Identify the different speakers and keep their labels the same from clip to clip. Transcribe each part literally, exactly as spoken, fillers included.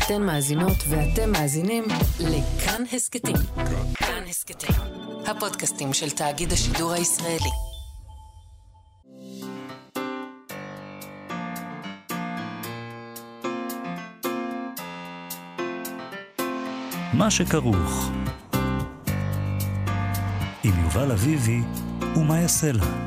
Speaker 1: אתן מאזינות ואתם מאזינים לכאן הסקטים. כאן הסקטים, הפודקאסטים של תאגיד השידור הישראלי.
Speaker 2: מה שכרוך עם יובל אביבי ומה יעשה לה.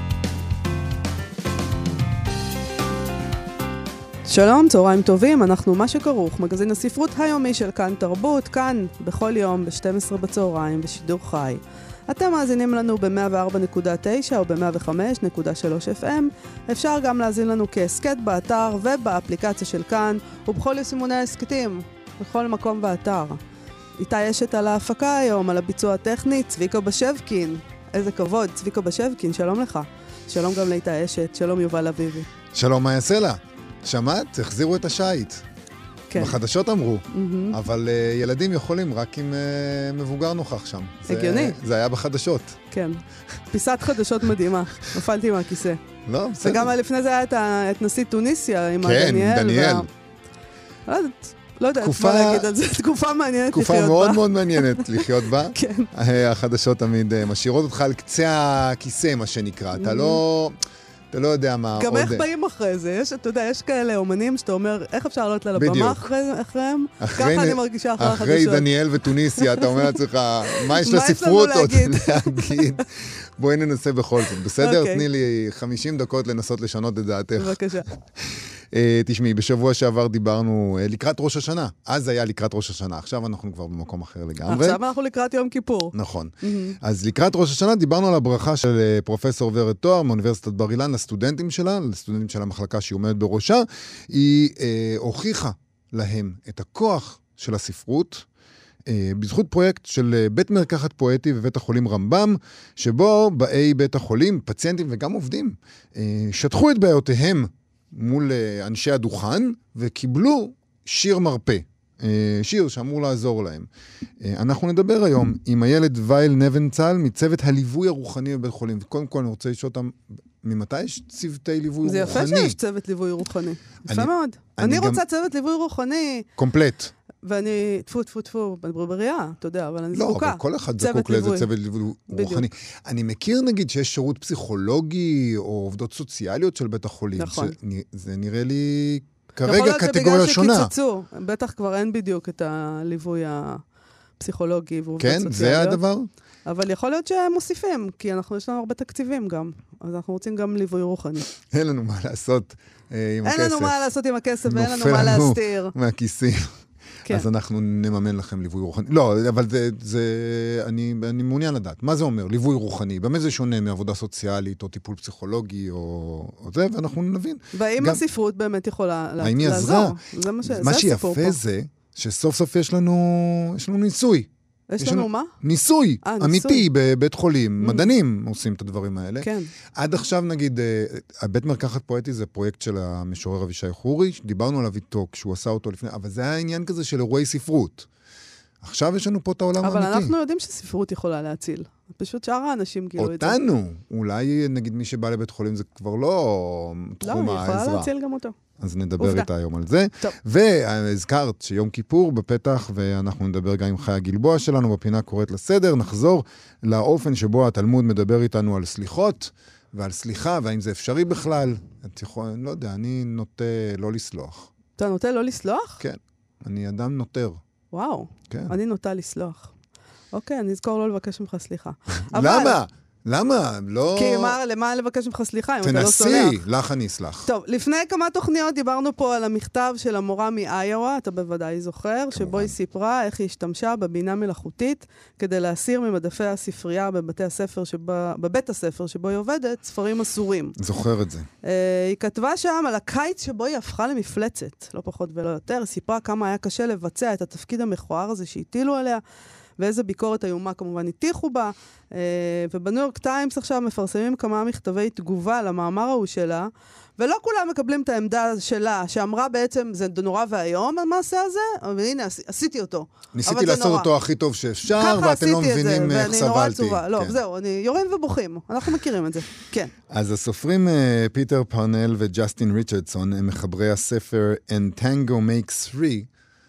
Speaker 3: שלום, צהריים טובים, אנחנו מה שכרוך, מגזין הספרות היומי של כאן תרבות, כאן בכל יום ב-שתים עשרה בצהריים בשידור חי. אתם מאזינים לנו ב-מאה וארבע נקודה תשע או ב-מאה וחמש נקודה שלוש אף אם. אפשר גם להאזין לנו כהסקט באתר ובאפליקציה של כאן ובכל יישומוני ההסקטים, בכל מקום באתר. איתי אשת על ההפקה היום, על הביצוע הטכני, צביקה בשבקין. איזה כבוד, צביקה בשבקין, שלום לך. שלום גם לאיתי אשת, שלום יובל אביבי.
Speaker 4: שלום, מה יעשה לה? שמעת? החזירו את השייט.
Speaker 3: כן.
Speaker 4: בחדשות אמרו,
Speaker 3: Mm-hmm.
Speaker 4: אבל uh, ילדים יכולים רק עם uh, מבוגר נוכח שם.
Speaker 3: הגיוני.
Speaker 4: זה, זה היה בחדשות.
Speaker 3: כן. פיסת חדשות מדהימה. נפלתי מהכיסא.
Speaker 4: לא, בסדר.
Speaker 3: וגם לפני זה היה את, ה, את נשיא טוניסיה עם
Speaker 4: כן,
Speaker 3: דניאל.
Speaker 4: דניאל.
Speaker 3: וה... לא יודעת, לא יודעת
Speaker 4: תקופה...
Speaker 3: מה להגיד על זה. תקופה מעניינת
Speaker 4: תקופה
Speaker 3: לחיות בה.
Speaker 4: תקופה מאוד מאוד מעניינת לחיות בה.
Speaker 3: כן.
Speaker 4: החדשות תמיד uh, משאירות אותך על קצה הכיסא, מה שנקרא. אתה לא... אתה לא יודע מה
Speaker 3: גם
Speaker 4: עוד...
Speaker 3: איך באים אחרי זה, יש, אתה יודע, יש כאלה אומנים שאתה אומר, איך אפשר לעלות על הבמה אחרי, אחריהם?
Speaker 4: אחרי,
Speaker 3: ככה אני מרגישה אחרי החדשות.
Speaker 4: אחרי דניאל וטוניסיה, אתה אומר לעצמך, מה יש לספרות עוד להגיד? בואי ננסה בכל זאת. בסדר?
Speaker 3: Okay.
Speaker 4: תני לי חמישים דקות לנסות לשנות את דעתך.
Speaker 3: בבקשה.
Speaker 4: Uh, תשמעי, בשבוע שעבר דיברנו uh, לקראת ראש השנה. אז היה לקראת ראש השנה. עכשיו אנחנו כבר במקום אחר לגמרי.
Speaker 3: עכשיו אנחנו לקראת יום כיפור.
Speaker 4: נכון. Mm-hmm. אז לקראת ראש השנה דיברנו על הברכה של uh, פרופסור ורד תואר מאוניברסיטת בר אילן לסטודנטים שלה, לסטודנטים של המחלקה שהיא עומדת בראשה. היא uh, הוכיחה להם את הכוח של הספרות, uh, בזכות פרויקט של uh, בית מרקחת פואטי בבית החולים רמב"ם, שבו באי בית החולים, פציינטים וגם עובדים, uh, שטחו את בעיותיהם מול אנשי הדוכן, וקיבלו שיר מרפא. שיר שאמור לעזור להם. אנחנו נדבר היום עם הילד וייל נבנצל, מצוות הליווי הרוחני בבית חולים. וקודם כל אני רוצה לשאול אותם, ממתי יש צוותי ליווי
Speaker 3: זה
Speaker 4: רוחני?
Speaker 3: יפה שיש צוות ליווי רוחני. יפה מאוד. אני רוצה צוות ליווי רוחני.
Speaker 4: קומפלט.
Speaker 3: ואני, תפו, תפו, תפו, בבריאה, אתה יודע, אבל אני זקוקה.
Speaker 4: לא, אבל כל אחד זקוק לאיזה צוות ליווי רוחני. אני מכיר, נגיד, שיש שירות פסיכולוגי או עובדות סוציאליות של בית החולים.
Speaker 3: נכון.
Speaker 4: זה נראה לי כרגע קטגוריה שונה.
Speaker 3: יכול להיות שקיצצו, בטח כבר אין בדיוק את הליווי הפסיכולוגי ועובדות
Speaker 4: כן,
Speaker 3: סוציאליות.
Speaker 4: זה הדבר?
Speaker 3: אבל יכול להיות שהם מוסיפים, כי אנחנו, יש לנו הרבה תקציבים גם. אז אנחנו רוצים גם ליווי רוחני.
Speaker 4: אין לנו מה לעשות עם הכסף.
Speaker 3: אין לנו מה לעשות עם הכסף, ואין לנו מה להסתיר.
Speaker 4: נופל לנו מהכיסים. כן. אז אנחנו נממן לכם ליווי רוחני. לא, אבל זה, זה, אני, אני מעוניין לדעת. מה זה אומר, ליווי רוחני? במה זה שונה מעבודה סוציאלית או טיפול פסיכולוגי או, או זה, ואנחנו נבין.
Speaker 3: והאם גם, הספרות באמת יכולה לעזור?
Speaker 4: האם היא עזרה?
Speaker 3: זה מה, ש...
Speaker 4: מה
Speaker 3: זה
Speaker 4: שיפה פה. זה שסוף סוף יש לנו, יש לנו ניסוי.
Speaker 3: יש, יש לנו, לנו מה?
Speaker 4: ניסוי, 아, אמיתי, ניסוי. בבית חולים. Mm. מדענים עושים את הדברים האלה.
Speaker 3: כן.
Speaker 4: עד עכשיו, נגיד, הבית מרקחת פואטי זה פרויקט של המשורר אבישי חורי, דיברנו עליו איתו כשהוא עשה אותו לפני, אבל זה היה עניין כזה של אירועי ספרות. עכשיו יש לנו פה את העולם האמיתי.
Speaker 3: אבל אנחנו יודעים שספרות יכולה להציל. פשוט שאר האנשים גילו את זה.
Speaker 4: אותנו. אולי, נגיד, מי שבא לבית חולים זה כבר לא תחום העזרה.
Speaker 3: לא, היא יכולה להציל גם אותו.
Speaker 4: אז נדבר איתה היום על זה. טוב. והזכרת שיום כיפור בפתח, ואנחנו נדבר גם עם חיה גלבוע שלנו, בפינה קוראת לסדר, נחזור לאופן שבו התלמוד מדבר איתנו על סליחות, ועל סליחה, והאם זה אפשרי בכלל. את יכול, אני לא יודע, אני נוטה לא לסלוח.
Speaker 3: אתה נוטה לא לסלוח?
Speaker 4: כן, אני אדם נותר.
Speaker 3: וואו,
Speaker 4: כן.
Speaker 3: אני נוטה לסלוח. אוקיי, אני אזכור לא לבקש ממך סליחה.
Speaker 4: למה? למה? לא...
Speaker 3: כי מה, למה לבקש ממך סליחה אם אתה לא סולח?
Speaker 4: תנסי, לך אני אסלח.
Speaker 3: טוב, לפני כמה תוכניות דיברנו פה על המכתב של המורה מאיואה, אתה בוודאי זוכר, שבו היא סיפרה איך היא השתמשה בבינה מלאכותית כדי להסיר ממדפי הספרייה בבתי הספר שבה, בבית הספר שבו היא עובדת, ספרים אסורים.
Speaker 4: זוכר את זה.
Speaker 3: היא כתבה שם על הקיץ שבו היא הפכה למפלצת, לא פחות ולא יותר, סיפרה כמה היה קשה לבצע את התפקיד המכוער הזה שהטילו עליה, ואיזה ביקורת איומה כמובן הטיחו בה, ובניו יורק טיימס עכשיו מפרסמים כמה מכתבי תגובה למאמר ההוא שלה, ולא כולם מקבלים את העמדה שלה, שאמרה בעצם, זה נורא והיום המעשה הזה, והנה, עשיתי אותו.
Speaker 4: ניסיתי לעשות אותו הכי טוב שאפשר, ואתם לא מבינים איך סבלתי.
Speaker 3: לא, זהו, אני יורים ובוכים, אנחנו מכירים את זה, כן.
Speaker 4: אז הסופרים פיטר פרנל וג'סטין ריצ'רדסון, הם מחברי הספר And Tango Makes Three,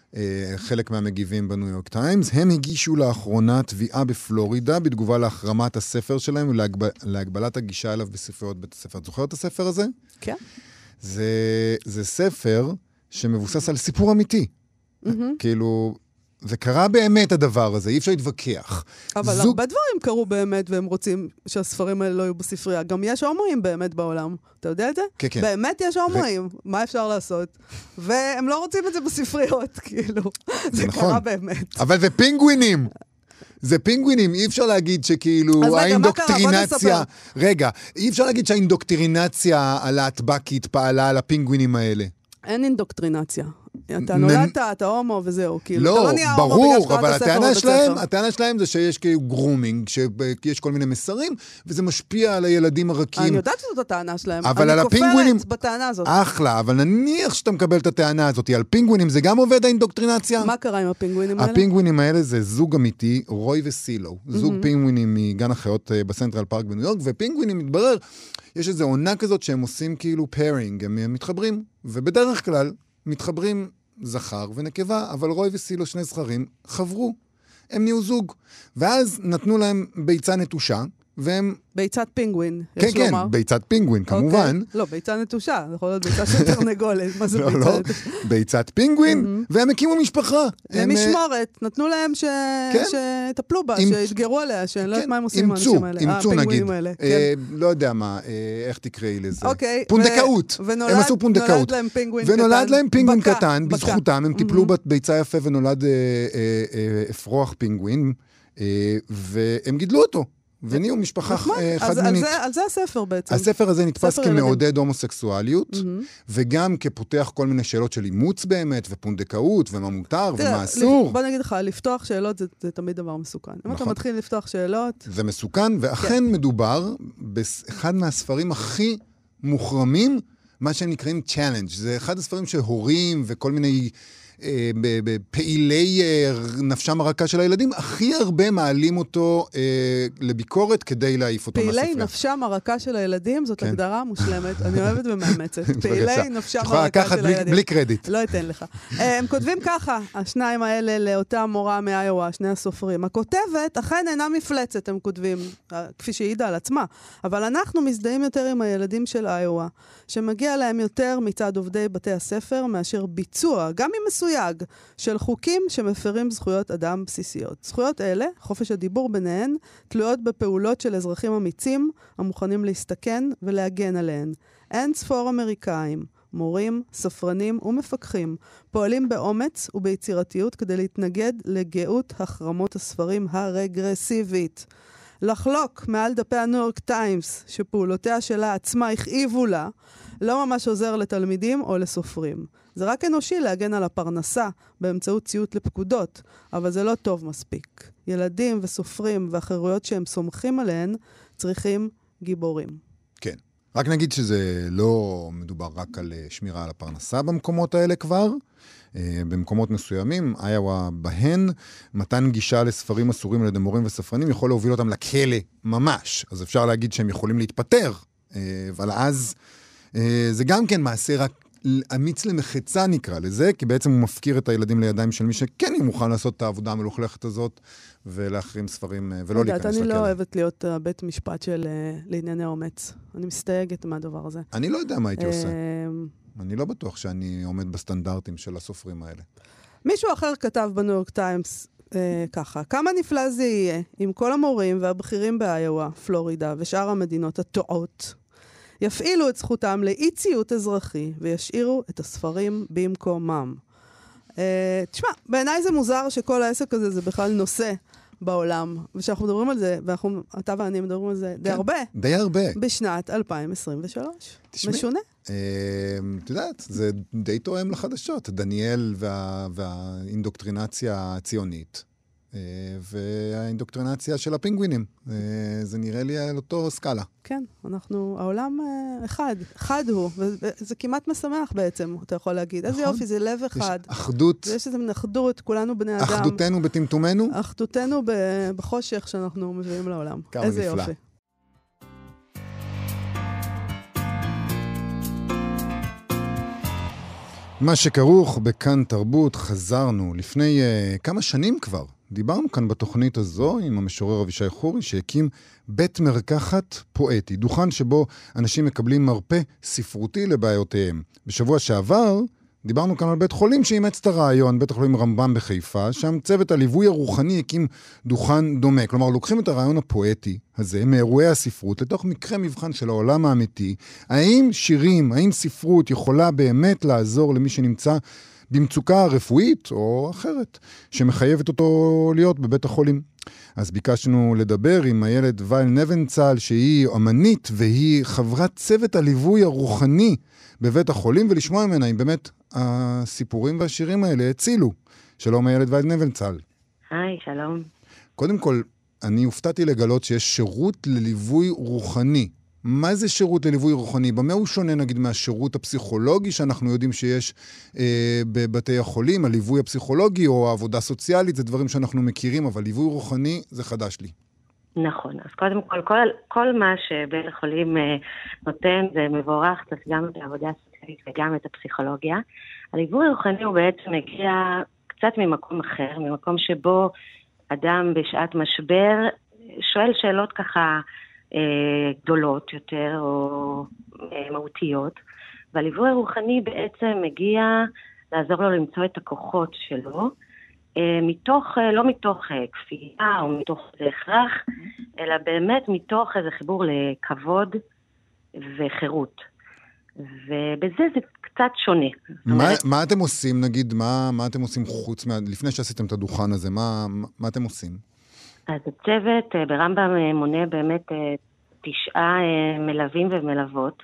Speaker 4: חלק מהמגיבים בניו יורק טיימס, הם הגישו לאחרונה תביעה בפלורידה, בתגובה להחרמת הספר שלהם ולהגבלת הגישה אליו בספריות בית הספר. את זוכרת את הספר הזה?
Speaker 3: כן.
Speaker 4: זה, זה ספר שמבוסס על סיפור אמיתי. Mm-hmm. כאילו, זה קרה באמת הדבר הזה, אי אפשר להתווכח.
Speaker 3: אבל זוג... הרבה דברים קרו באמת, והם רוצים שהספרים האלה לא יהיו בספרייה. גם יש הומואים באמת בעולם. אתה יודע את זה?
Speaker 4: כן, כן.
Speaker 3: באמת יש הומואים. ו... מה אפשר לעשות? והם לא רוצים את זה בספריות, כאילו. זה, זה נכון. קרה באמת.
Speaker 4: אבל זה פינגווינים. זה פינגווינים, אי אפשר להגיד שכאילו האינדוקטרינציה... רגע, אי אפשר להגיד שהאינדוקטרינציה הלהטבקית פעלה על הפינגווינים האלה.
Speaker 3: אין אינדוקטרינציה. אתה נולדת, אתה הומו וזהו.
Speaker 4: לא, ברור, אבל הטענה שלהם, הטענה שלהם זה שיש כאילו גרומינג, שיש כל מיני מסרים, וזה משפיע על הילדים הרכים.
Speaker 3: אני יודעת שזאת הטענה שלהם.
Speaker 4: אבל על הפינגווינים...
Speaker 3: אני כופרת בטענה הזאת.
Speaker 4: אחלה, אבל נניח שאתה מקבל את הטענה הזאת, על פינגווינים זה גם עובד האינדוקטרינציה?
Speaker 3: מה קרה עם הפינגווינים האלה?
Speaker 4: הפינגווינים האלה זה זוג אמיתי, רוי וסילו. זוג פינגווינים מגן החיות בסנטרל פארק בניו יורק, ופינגווינים מתברר, יש איזו עונה כזאת שהם עושים כאילו פיירינג, הם מתחברים, ובדרך כלל מתחברים זכר ונקבה, אבל רוי וסילו, שני זכרים, חברו. הם נהיו זוג. ואז נתנו להם ביצה נטושה, והם...
Speaker 3: ביצת פינגווין,
Speaker 4: כן,
Speaker 3: יש
Speaker 4: כן,
Speaker 3: לומר.
Speaker 4: כן, ביצת פינגווין, כמובן.
Speaker 3: לא, ביצה נטושה, זה יכול להיות ביצה של תרנגולת. מה זה
Speaker 4: לא,
Speaker 3: ביצה
Speaker 4: לא,
Speaker 3: נטושה?
Speaker 4: ביצת פינגווין, והם הקימו משפחה.
Speaker 3: הם משמורת, נתנו להם שטפלו בה, שהתגרו עליה, שאני לא יודעת מה הם עושים עם האנשים האלה.
Speaker 4: אימצו, נגיד. לא יודע מה, איך תקראי לזה.
Speaker 3: אוקיי.
Speaker 4: פונדקאות. הם עשו פונדקאות.
Speaker 3: ונולד להם פינגווין קטן.
Speaker 4: ונולד להם פינגווין קטן, בזכותם, הם טיפלו בביצה יפה ונולד אפרוח פינגווין, והם גידלו אותו. ונהיו משפחה חד-מינית.
Speaker 3: על זה הספר בעצם.
Speaker 4: הספר הזה נתפס כמעודד הומוסקסואליות, וגם כפותח כל מיני שאלות של אימוץ באמת, ופונדקאות, ומה מותר, ומה אסור.
Speaker 3: בוא נגיד לך, לפתוח שאלות זה תמיד דבר מסוכן. אם אתה מתחיל לפתוח שאלות...
Speaker 4: זה מסוכן, ואכן מדובר באחד מהספרים הכי מוחרמים, מה שהם נקראים צ'אלנג'. זה אחד הספרים שהורים וכל מיני... בפעילי נפשם הרכה של הילדים, הכי הרבה מעלים אותו אה, לביקורת כדי להעיף אותו מהספר.
Speaker 3: פעילי נפשם הרכה של הילדים, זאת כן. הגדרה מושלמת, אני אוהבת ומאמצת. פעילי נפשם הרכה של הילדים.
Speaker 4: בלי, בלי קרדיט.
Speaker 3: לא אתן לך. הם כותבים ככה, השניים האלה לאותה מורה מאיואה, שני הסופרים. הכותבת, אכן אינה מפלצת, הם כותבים, כפי שהעידה על עצמה, אבל אנחנו מזדהים יותר עם הילדים של איואה, שמגיע להם יותר מצד עובדי בתי הספר, מאשר ביצוע, גם אם מסוים, של חוקים שמפרים זכויות אדם בסיסיות. זכויות אלה, חופש הדיבור ביניהן, תלויות בפעולות של אזרחים אמיצים, המוכנים להסתכן ולהגן עליהן. אין ספור אמריקאים, מורים, ספרנים ומפקחים, פועלים באומץ וביצירתיות כדי להתנגד לגאות החרמות הספרים הרגרסיבית. לחלוק מעל דפי הניו יורק טיימס, שפעולותיה שלה עצמה הכאיבו לה, לא ממש עוזר לתלמידים או לסופרים. זה רק אנושי להגן על הפרנסה באמצעות ציות לפקודות, אבל זה לא טוב מספיק. ילדים וסופרים והחירויות שהם סומכים עליהן צריכים גיבורים.
Speaker 4: כן. רק נגיד שזה לא מדובר רק על שמירה על הפרנסה במקומות האלה כבר. במקומות מסוימים, איואה בהן, מתן גישה לספרים אסורים על ידי מורים וספרנים יכול להוביל אותם לכלא ממש. אז אפשר להגיד שהם יכולים להתפטר, אבל אז זה גם כן מעשה רק אמיץ למחצה נקרא לזה, כי בעצם הוא מפקיר את הילדים לידיים של מי שכן היא מוכן לעשות את העבודה המלוכלכת הזאת, ולהחרים ספרים, ולא להיכנס לכלא.
Speaker 3: אני לא אוהבת להיות בית משפט של לענייני אומץ. אני מסתייגת מהדבר הזה.
Speaker 4: אני לא יודע מה הייתי עושה. אני לא בטוח שאני עומד בסטנדרטים של הסופרים האלה.
Speaker 3: מישהו אחר כתב בניו יורק טיימס ככה, כמה נפלא זה יהיה אם כל המורים והבכירים באיואה, פלורידה ושאר המדינות הטועות, יפעילו את זכותם לאי ציות אזרחי וישאירו את הספרים במקומם. אה, תשמע, בעיניי זה מוזר שכל העסק הזה זה בכלל נושא בעולם, ושאנחנו מדברים על זה, ואנחנו, אתה ואני מדברים על זה די כן, הרבה.
Speaker 4: די הרבה.
Speaker 3: בשנת אלפיים עשרים ושלוש. תשמע, משונה.
Speaker 4: אה, את יודעת, זה די תואם לחדשות. דניאל וה, והאינדוקטרינציה הציונית. והאינדוקטרינציה של הפינגווינים. זה נראה לי על אותו סקאלה.
Speaker 3: כן, אנחנו, העולם אחד, אחד הוא, וזה כמעט משמח בעצם, אתה יכול להגיד. איזה יופי, זה לב אחד.
Speaker 4: יש אחדות.
Speaker 3: יש איזו מין אחדות, כולנו בני אדם.
Speaker 4: אחדותנו בטמטומנו?
Speaker 3: אחדותנו בחושך שאנחנו מביאים לעולם.
Speaker 4: כמה
Speaker 3: איזה
Speaker 4: נפלא.
Speaker 3: יופי.
Speaker 4: מה שכרוך בכאן תרבות, חזרנו לפני uh, כמה שנים כבר. דיברנו כאן בתוכנית הזו עם המשורר אבישי חורי שהקים בית מרקחת פואטי, דוכן שבו אנשים מקבלים מרפא ספרותי לבעיותיהם. בשבוע שעבר דיברנו כאן על בית חולים שאימץ את הרעיון, בית החולים רמב"ם בחיפה, שם צוות הליווי הרוחני הקים דוכן דומה. כלומר, לוקחים את הרעיון הפואטי הזה מאירועי הספרות לתוך מקרה מבחן של העולם האמיתי. האם שירים, האם ספרות יכולה באמת לעזור למי שנמצא במצוקה רפואית או אחרת, שמחייבת אותו להיות בבית החולים? אז ביקשנו לדבר עם הילד וייל נבנצל, שהיא אמנית והיא חברת צוות הליווי הרוחני בבית החולים, ולשמוע ממנה אם באמת הסיפורים והשירים האלה הצילו. שלום הילד וייל נבנצל.
Speaker 5: היי, שלום.
Speaker 4: קודם כל, אני הופתעתי לגלות שיש שירות לליווי רוחני. מה זה שירות לליווי רוחני? במה הוא שונה נגיד מהשירות הפסיכולוגי שאנחנו יודעים שיש אה, בבתי החולים, הליווי הפסיכולוגי או העבודה סוציאלית, זה דברים שאנחנו מכירים, אבל ליווי רוחני זה חדש לי.
Speaker 5: נכון, אז קודם כל, כל, כל מה שבית החולים אה, נותן זה מבורך, צריך גם את העבודה הסוציאלית וגם את הפסיכולוגיה. הליווי הרוחני הוא בעצם מגיע קצת ממקום אחר, ממקום שבו אדם בשעת משבר שואל שאלות ככה גדולות יותר או מהותיות, והליווי הרוחני בעצם מגיע לעזור לו למצוא את הכוחות שלו, מתוך, לא מתוך כפייה או מתוך הכרח, אלא באמת מתוך איזה חיבור לכבוד וחירות. ובזה זה קצת שונה.
Speaker 4: מה, מה אתם עושים, נגיד, מה, מה אתם עושים חוץ מה, לפני שעשיתם את הדוכן הזה, מה, מה אתם עושים?
Speaker 5: אז הצוות ברמב"ם מונה באמת תשעה מלווים ומלוות.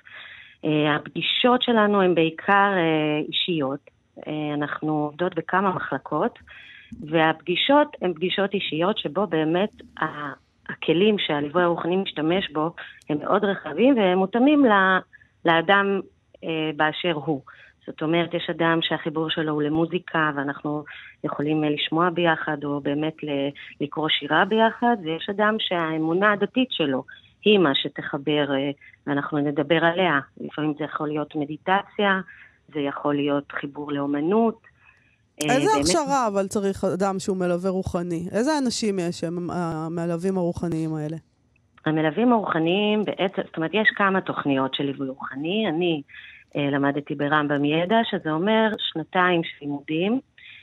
Speaker 5: הפגישות שלנו הן בעיקר אישיות. אנחנו עובדות בכמה מחלקות, והפגישות הן פגישות אישיות שבו באמת הכלים שהליווי הרוחני משתמש בו הם מאוד רחבים והם מותאמים לאדם באשר הוא. זאת אומרת, יש אדם שהחיבור שלו הוא למוזיקה, ואנחנו יכולים לשמוע ביחד, או באמת לקרוא שירה ביחד, ויש אדם שהאמונה הדתית שלו היא מה שתחבר, ואנחנו נדבר עליה. לפעמים זה יכול להיות מדיטציה, זה יכול להיות חיבור לאומנות.
Speaker 3: איזה
Speaker 5: באמת...
Speaker 3: הכשרה אבל צריך אדם שהוא מלווה רוחני? איזה אנשים יש הם המלווים הרוחניים האלה?
Speaker 5: המלווים הרוחניים בעצם, זאת אומרת, יש כמה תוכניות של ליווי רוחני. אני למדתי ברמב"ם ידע, שזה אומר שנתיים של לימודים,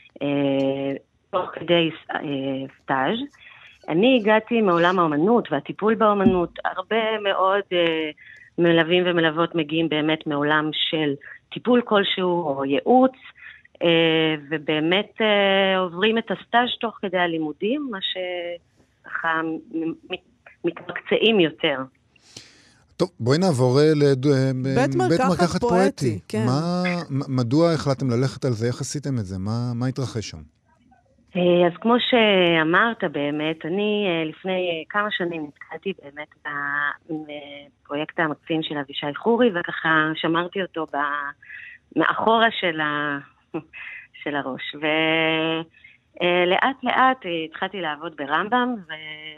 Speaker 5: תוך כדי סטאז'. אני הגעתי מעולם האומנות והטיפול באומנות. הרבה מאוד מלווים ומלוות מגיעים באמת מעולם של טיפול כלשהו או ייעוץ, ובאמת עוברים את הסטאז' תוך כדי הלימודים, מה שככה מתמקצעים יותר.
Speaker 4: טוב, בואי נעבור לבית מרקחת פואטי.
Speaker 3: כן.
Speaker 4: מה, מדוע החלטתם ללכת על זה? איך עשיתם את זה? מה, מה התרחש שם?
Speaker 5: אז כמו שאמרת באמת, אני לפני כמה שנים נתקלתי באמת בפרויקט המקסים של אבישי חורי, וככה שמרתי אותו מאחורה של, ה... של הראש. ולאט לאט התחלתי לעבוד ברמב"ם, ו...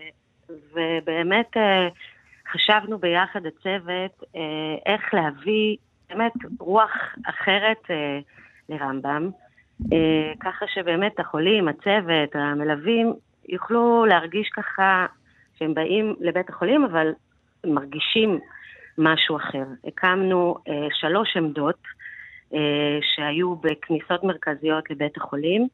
Speaker 5: ובאמת חשבנו ביחד הצוות איך להביא באמת רוח אחרת לרמב"ם, ככה שבאמת החולים, הצוות, המלווים יוכלו להרגיש ככה שהם באים לבית החולים, אבל מרגישים משהו אחר. הקמנו שלוש עמדות שהיו בכניסות מרכזיות לבית החולים.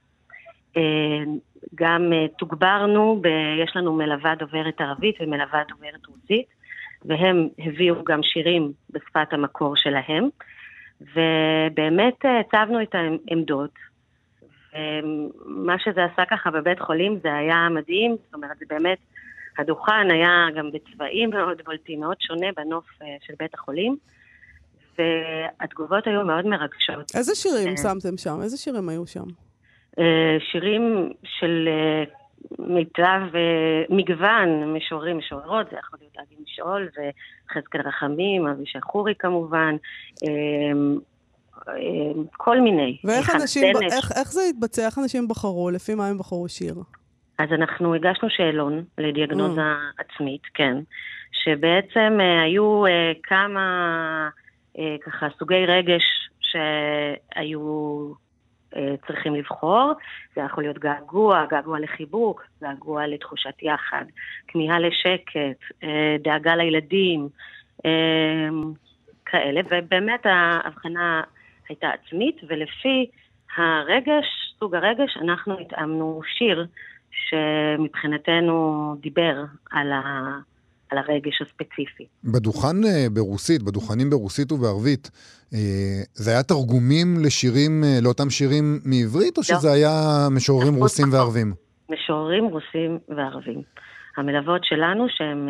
Speaker 5: גם תוגברנו, ב, יש לנו מלווה דוברת ערבית ומלווה דוברת רוסית, והם הביאו גם שירים בשפת המקור שלהם, ובאמת הצבנו את העמדות. מה שזה עשה ככה בבית חולים זה היה מדהים, זאת אומרת, זה באמת, הדוכן היה גם בצבעים מאוד בולטים, מאוד שונה בנוף של בית החולים, והתגובות היו מאוד מרגשות.
Speaker 3: איזה שירים שמתם שם? איזה שירים היו שם?
Speaker 5: שירים של מיטב מגוון, משוררים, משוררות, זה יכול להיות אבי משעול וחזקאל רחמים, אבישי חורי כמובן, כל מיני.
Speaker 3: ואיך אנשים, איך, איך זה התבצע? איך אנשים בחרו? לפי מה הם בחרו שיר?
Speaker 5: אז אנחנו הגשנו שאלון לדיאגנוזה mm. עצמית, כן, שבעצם היו כמה ככה סוגי רגש שהיו צריכים לבחור. זה יכול להיות געגוע, געגוע לחיבוק, געגוע לתחושת יחד, כמיהה לשקט, דאגה לילדים, כאלה, ובאמת ההבחנה הייתה עצמית, ולפי הרגש, סוג הרגש, אנחנו התאמנו שיר שמבחינתנו דיבר על, ה, על הרגש הספציפי.
Speaker 4: בדוכן ברוסית, בדוכנים ברוסית ובערבית, זה היה תרגומים לשירים, לאותם שירים מעברית, או שזה היה משוררים רוסים וערבים?
Speaker 5: משוררים רוסים וערבים. המלוות שלנו, שהן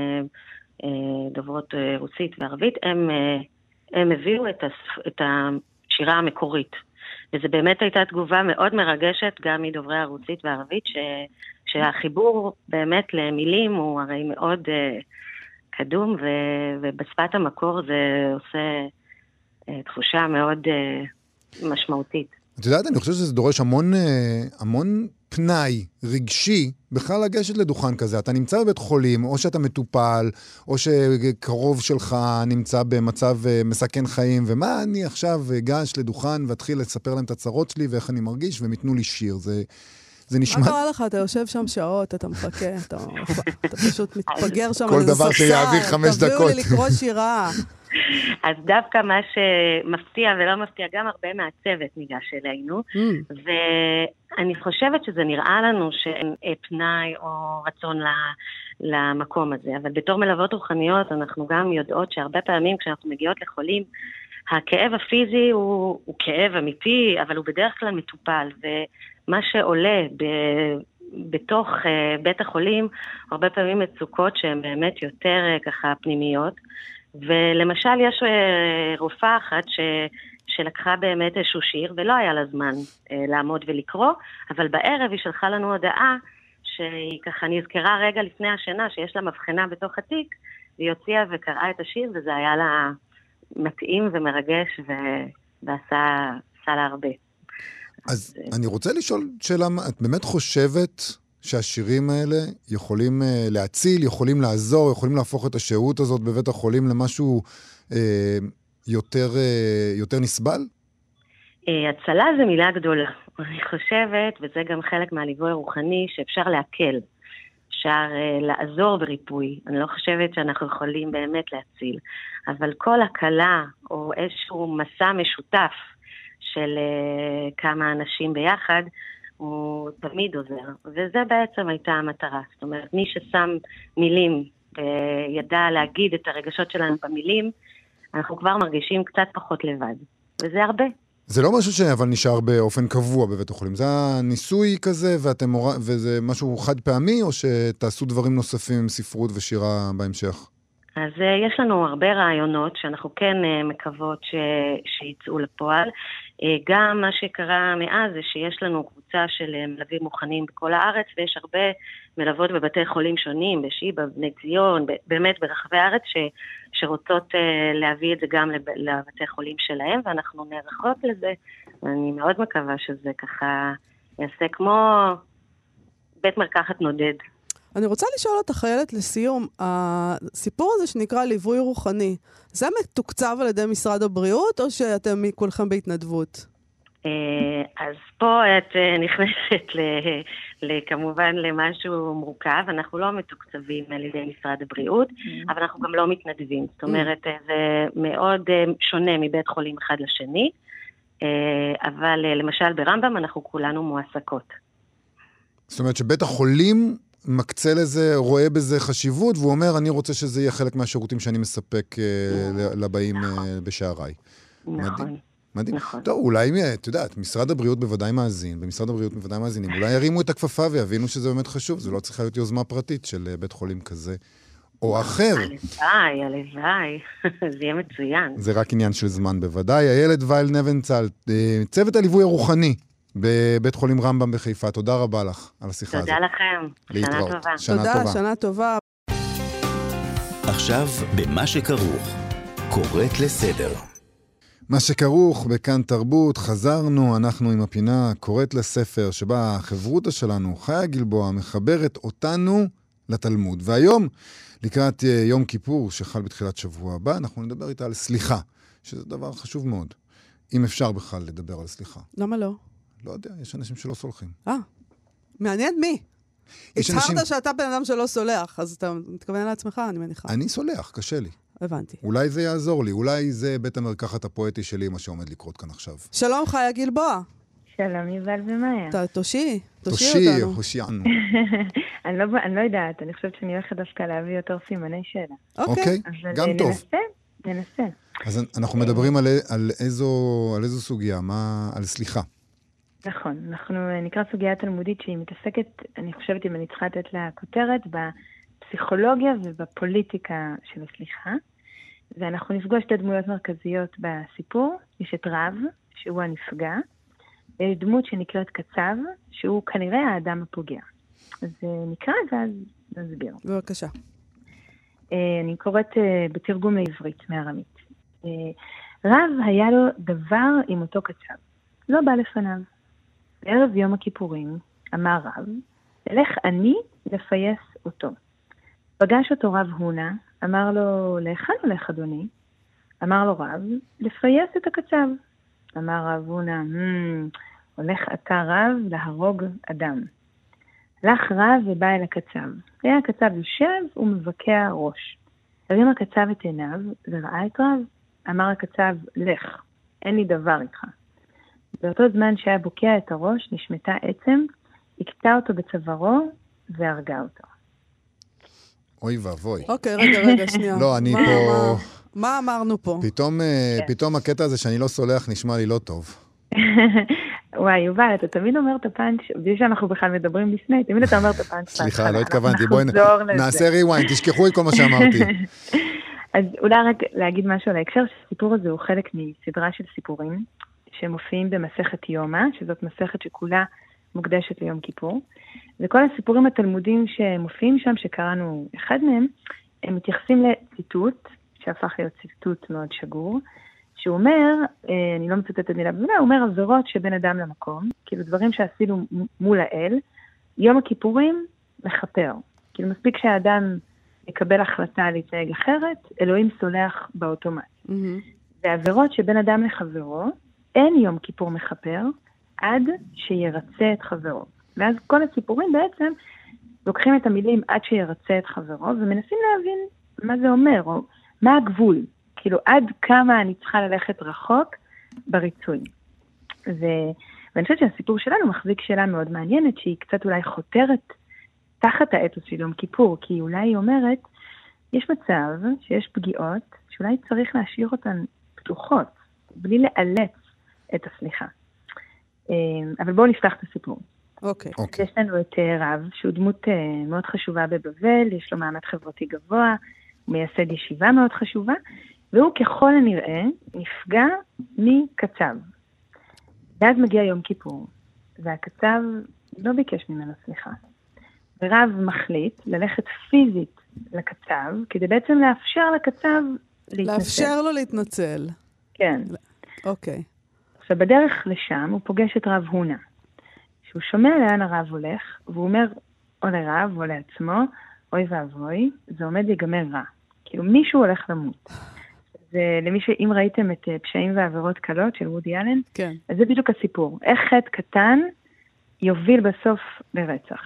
Speaker 5: דוברות רוסית וערבית, הם, הם הביאו את, הספ... את השירה המקורית. וזה באמת הייתה תגובה מאוד מרגשת, גם מדוברי הרוסית והערבית, ש... שהחיבור באמת למילים הוא הרי מאוד uh, קדום, ו... ובשפת המקור זה עושה uh, תחושה מאוד uh, משמעותית.
Speaker 4: את יודעת, אני חושב שזה דורש המון, המון פנאי רגשי, בכלל לגשת לדוכן כזה. אתה נמצא בבית חולים, או שאתה מטופל, או שקרוב שלך נמצא במצב מסכן חיים, ומה אני עכשיו אגש לדוכן ואתחיל לספר להם את הצרות שלי ואיך אני מרגיש, והם יתנו לי שיר. זה, זה נשמע...
Speaker 3: מה קרה לך? אתה יושב שם שעות, אתה מחכה, אתה, אתה פשוט מתפגר שם.
Speaker 4: כל דבר שיעביר חמש דקות.
Speaker 3: תביאו לי לקרוא שירה.
Speaker 5: אז דווקא מה שמפתיע ולא מפתיע, גם הרבה מהצוות ניגש אלינו, mm. ואני חושבת שזה נראה לנו שאין פנאי או רצון למקום הזה, אבל בתור מלוות רוחניות אנחנו גם יודעות שהרבה פעמים כשאנחנו מגיעות לחולים, הכאב הפיזי הוא, הוא כאב אמיתי, אבל הוא בדרך כלל מטופל, ומה שעולה ב... בתוך uh, בית החולים, הרבה פעמים מצוקות שהן באמת יותר uh, ככה פנימיות, ולמשל יש רופאה אחת ש, שלקחה באמת איזשהו שיר, ולא היה לה זמן אה, לעמוד ולקרוא, אבל בערב היא שלחה לנו הודעה, שהיא ככה נזכרה רגע לפני השינה, שיש לה מבחנה בתוך התיק, והיא הוציאה וקראה את השיר, וזה היה לה מתאים ומרגש, ו... ועשה לה הרבה.
Speaker 4: אז, אז אני רוצה לשאול שאלה, את באמת חושבת... שהשירים האלה יכולים uh, להציל, יכולים לעזור, יכולים להפוך את השהות הזאת בבית החולים למשהו uh, יותר, uh, יותר נסבל?
Speaker 5: Uh, הצלה זה מילה גדולה. אני חושבת, וזה גם חלק מהליווי הרוחני, שאפשר להקל. אפשר uh, לעזור בריפוי. אני לא חושבת שאנחנו יכולים באמת להציל. אבל כל הקלה או איזשהו מסע משותף של uh, כמה אנשים ביחד, הוא תמיד עוזר, וזה בעצם הייתה המטרה. זאת אומרת, מי ששם מילים וידע להגיד את הרגשות שלנו במילים, אנחנו כבר מרגישים קצת פחות לבד, וזה הרבה.
Speaker 4: זה לא משהו שאבל נשאר באופן קבוע בבית החולים, זה הניסוי כזה, ואתם, וזה משהו חד פעמי, או שתעשו דברים נוספים עם ספרות ושירה בהמשך?
Speaker 5: אז uh, יש לנו הרבה רעיונות שאנחנו כן uh, מקוות ש... שיצאו לפועל. Uh, גם מה שקרה מאז זה שיש לנו קבוצה של uh, מלווים מוכנים בכל הארץ, ויש הרבה מלוות בבתי חולים שונים, בשיבא, בני ציון, ב- באמת ברחבי הארץ, ש... שרוצות uh, להביא את זה גם לב... לבתי חולים שלהם, ואנחנו נערכות לזה. ואני מאוד מקווה שזה ככה יעשה כמו בית מרקחת נודד.
Speaker 3: אני רוצה לשאול אותך, חיילת, לסיום, הסיפור הזה שנקרא ליווי רוחני, זה מתוקצב על ידי משרד הבריאות, או שאתם כולכם בהתנדבות?
Speaker 5: אז פה את נכנסת כמובן למשהו מורכב, אנחנו לא מתוקצבים על ידי משרד הבריאות, אבל אנחנו גם לא מתנדבים, זאת אומרת, זה מאוד שונה מבית חולים אחד לשני, אבל למשל ברמב"ם אנחנו כולנו מועסקות.
Speaker 4: זאת אומרת שבית החולים מקצה לזה, רואה בזה חשיבות, והוא אומר, אני רוצה שזה יהיה חלק מהשירותים שאני מספק לבאים בשעריי.
Speaker 5: נכון.
Speaker 4: מדהים. טוב, אולי, אתה יודעת, משרד הבריאות בוודאי מאזין, במשרד הבריאות בוודאי מאזינים, אולי ירימו את הכפפה ויבינו שזה באמת חשוב, זה לא צריכה להיות יוזמה פרטית של בית חולים כזה או אחר.
Speaker 5: הלוואי, הלוואי, זה יהיה מצוין.
Speaker 4: זה רק עניין של זמן בוודאי. איילת וייל נבנצל, צוות הליווי הרוחני, בבית חולים רמב"ם בחיפה. תודה רבה לך על השיחה הזאת.
Speaker 5: תודה לכם. שנה טובה.
Speaker 3: תודה, שנה טובה.
Speaker 2: עכשיו, במה שכרוך, קוראת לסדר.
Speaker 4: מה שכרוך בכאן תרבות, חזרנו, אנחנו עם הפינה קוראת לספר, שבה החברותה שלנו, חיה גלבוע, מחברת אותנו לתלמוד. והיום, לקראת יום כיפור, שחל בתחילת שבוע הבא, אנחנו נדבר איתה על סליחה, שזה דבר חשוב מאוד. אם אפשר בכלל לדבר על סליחה.
Speaker 3: למה לא?
Speaker 4: לא יודע, יש אנשים שלא סולחים.
Speaker 3: אה, מעניין מי? הצהרת
Speaker 4: אנשים...
Speaker 3: שאתה בן אדם שלא סולח, אז אתה מתכוון לעצמך, אני מניחה.
Speaker 4: אני סולח, קשה לי.
Speaker 3: הבנתי.
Speaker 4: אולי זה יעזור לי, אולי זה בית המרקחת הפואטי שלי, מה שעומד לקרות כאן עכשיו.
Speaker 3: שלום חיה גלבוע.
Speaker 6: שלום יובל ומאיה.
Speaker 3: אתה תושי, תושי
Speaker 4: תושי,
Speaker 3: אותנו.
Speaker 4: הושיענו.
Speaker 6: אני לא, אני לא יודעת, אני חושבת שאני הולכת דווקא להביא יותר סימני שאלה.
Speaker 4: אוקיי, גם טוב.
Speaker 6: ננסה, ננסה.
Speaker 4: אז אנחנו מדברים על, על, איזו, על איזו סוגיה, מה, על סליחה.
Speaker 6: נכון, אנחנו נקרא סוגיה תלמודית שהיא מתעסקת, אני חושבת אם אני צריכה לתת לה כותרת, בפסיכולוגיה ובפוליטיקה של הסליחה, ואנחנו נפגוש שתי דמויות מרכזיות בסיפור. יש את רב, שהוא הנפגע, ויש דמות שנקראת קצב, שהוא כנראה האדם הפוגע. אז נקרא ואז נסביר.
Speaker 3: בבקשה.
Speaker 6: אני קוראת בתרגום לעברית, מארמית. רב היה לו דבר עם אותו קצב. לא בא לפניו. בערב יום הכיפורים אמר רב, אלך אני לפייס אותו. פגש אותו רב הונה, אמר לו, לאחד הולך אדוני? אמר לו רב, לפייס את הקצב. אמר רב הונה, hmm, הולך אתה רב להרוג אדם. הלך רב ובא אל הקצב. היה הקצב יושב ומבקע ראש. הרים הקצב את עיניו וראה את רב. אמר הקצב, לך, אין לי דבר איתך. באותו זמן שהיה בוקע את הראש, נשמטה עצם, הקטע אותו בצווארו והרגה אותו.
Speaker 4: אוי ואבוי.
Speaker 3: אוקיי, רגע, רגע, שנייה.
Speaker 4: לא, אני פה...
Speaker 3: מה אמרנו פה?
Speaker 4: פתאום הקטע הזה שאני לא סולח נשמע לי לא טוב.
Speaker 6: וואי, יובל, אתה תמיד אומר את הפאנץ', בלי שאנחנו בכלל מדברים לפני, תמיד אתה אומר את הפאנץ'.
Speaker 4: סליחה, לא התכוונתי, בואי נעשה ריוויינד, תשכחו את כל מה שאמרתי.
Speaker 6: אז אולי רק להגיד משהו על ההקשר, שהסיפור הזה הוא חלק מסדרה של סיפורים, שמופיעים במסכת יומא, שזאת מסכת שכולה מוקדשת ליום כיפור, וכל הסיפורים התלמודים שמופיעים שם, שקראנו אחד מהם, הם מתייחסים לציטוט, שהפך להיות ציטוט מאוד שגור, שהוא אומר, אני לא מצטטת את מילה במילה, הוא אומר עבירות שבין אדם למקום, כאילו דברים שעשינו מול האל, יום הכיפורים מחפר. כאילו מספיק שהאדם יקבל החלטה להתנהג אחרת, אלוהים סולח באוטומט. Mm-hmm. ועבירות שבין אדם לחברו, אין יום כיפור מחפר, עד שירצה את חברו. ואז כל הסיפורים בעצם לוקחים את המילים עד שירצה את חברו, ומנסים להבין מה זה אומר, או מה הגבול. כאילו עד כמה אני צריכה ללכת רחוק בריצוי. ו... ואני חושבת שהסיפור שלנו מחזיק שאלה מאוד מעניינת, שהיא קצת אולי חותרת תחת האתוס של יום כיפור, כי אולי היא אומרת, יש מצב שיש פגיעות שאולי צריך להשאיר אותן פתוחות, בלי לאלץ את הסליחה. אבל בואו נפתח את הסיפור.
Speaker 3: אוקיי.
Speaker 6: Okay. יש לנו את רב, שהוא דמות מאוד חשובה בבבל, יש לו מעמד חברתי גבוה, הוא מייסד ישיבה מאוד חשובה, והוא ככל הנראה נפגע מקצב. ואז מגיע יום כיפור, והקצב לא ביקש ממנו סליחה. ורב מחליט ללכת פיזית לקצב, כדי בעצם לאפשר לקצב להתנצל.
Speaker 3: לאפשר לו להתנצל.
Speaker 6: כן.
Speaker 3: אוקיי.
Speaker 6: עכשיו, בדרך לשם הוא פוגש את רב הונה, שהוא שומע לאן הרב הולך, והוא אומר, או לרב או לעצמו, אוי ואבוי, זה עומד להיגמר רע. כאילו מישהו הולך למות. זה למי שאם ראיתם את פשעים ועבירות קלות של וודי אלן,
Speaker 3: כן.
Speaker 6: אז זה בדיוק הסיפור. איך חטא קטן יוביל בסוף לרצח.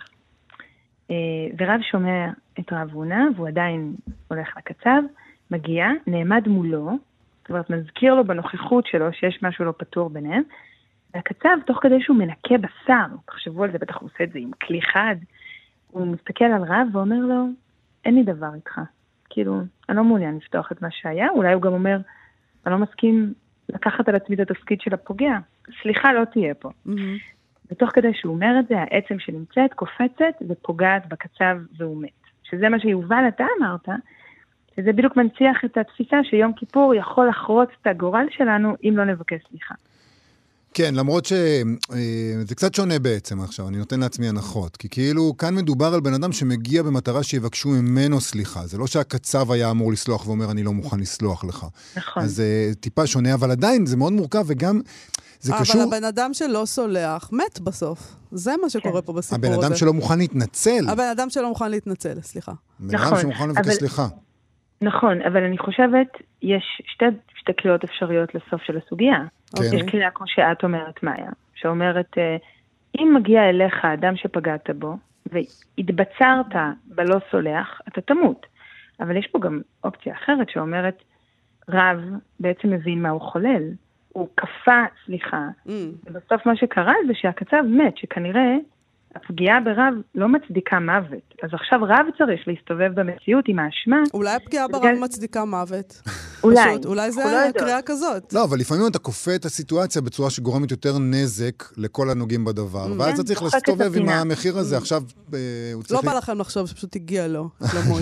Speaker 6: ורב שומע את רב הונה, והוא עדיין הולך לקצב, מגיע, נעמד מולו, זאת אומרת, מזכיר לו בנוכחות שלו שיש משהו לא פתור ביניהם, והקצב, תוך כדי שהוא מנקה בשר, תחשבו על זה, בטח הוא עושה את זה עם כלי חד, הוא מסתכל על רב ואומר לו, אין לי דבר איתך. כאילו, אני לא מעוניין לפתוח את מה שהיה, אולי הוא גם אומר, אני לא מסכים לקחת על עצמי את התפקיד של הפוגע, סליחה לא תהיה פה. Mm-hmm. ותוך כדי שהוא אומר את זה, העצם שנמצאת, קופצת ופוגעת בקצב והוא מת. שזה מה שיובל אתה אמרת, שזה בדיוק מנציח את התפיסה שיום כיפור יכול לחרוץ את הגורל שלנו אם לא נבקש סליחה.
Speaker 4: כן, למרות שזה קצת שונה בעצם עכשיו, אני נותן לעצמי הנחות, כי כאילו כאן מדובר על בן אדם שמגיע במטרה שיבקשו ממנו סליחה, זה לא שהקצב היה אמור לסלוח ואומר אני לא מוכן לסלוח לך.
Speaker 6: נכון.
Speaker 4: אז זה טיפה שונה, אבל עדיין זה מאוד מורכב וגם זה
Speaker 3: אבל
Speaker 4: קשור...
Speaker 3: הבן אדם שלא סולח מת בסוף, זה מה שקורה פה בסיפור הזה.
Speaker 4: הבן אדם שלא מוכן להתנצל.
Speaker 3: הבן אדם שלא מוכן להתנצל, סליחה.
Speaker 4: הבן אדם שמוכן לבקש סליחה.
Speaker 6: נכון, אבל אני חושבת, יש שתי, שתי קריאות אפשריות לסוף של הסוגיה. יש קריאה כמו שאת אומרת, מאיה, שאומרת, אם מגיע אליך אדם שפגעת בו, והתבצרת בלא סולח, אתה תמות. אבל יש פה גם אופציה אחרת שאומרת, רב בעצם מבין מה הוא חולל. הוא קפה, סליחה. Mm. ובסוף מה שקרה זה שהקצב מת, שכנראה הפגיעה ברב לא מצדיקה מוות. אז עכשיו רב צריך להסתובב במציאות עם האשמה.
Speaker 3: אולי הפגיעה ברב מצדיקה מוות.
Speaker 6: אולי.
Speaker 3: אולי זה קריאה כזאת.
Speaker 4: לא, אבל לפעמים אתה כופה את הסיטואציה בצורה שגורמת יותר נזק לכל הנוגעים בדבר, ואז אתה צריך להסתובב עם המחיר הזה. עכשיו
Speaker 3: לא בא לכם לחשוב שפשוט הגיע לו, למות.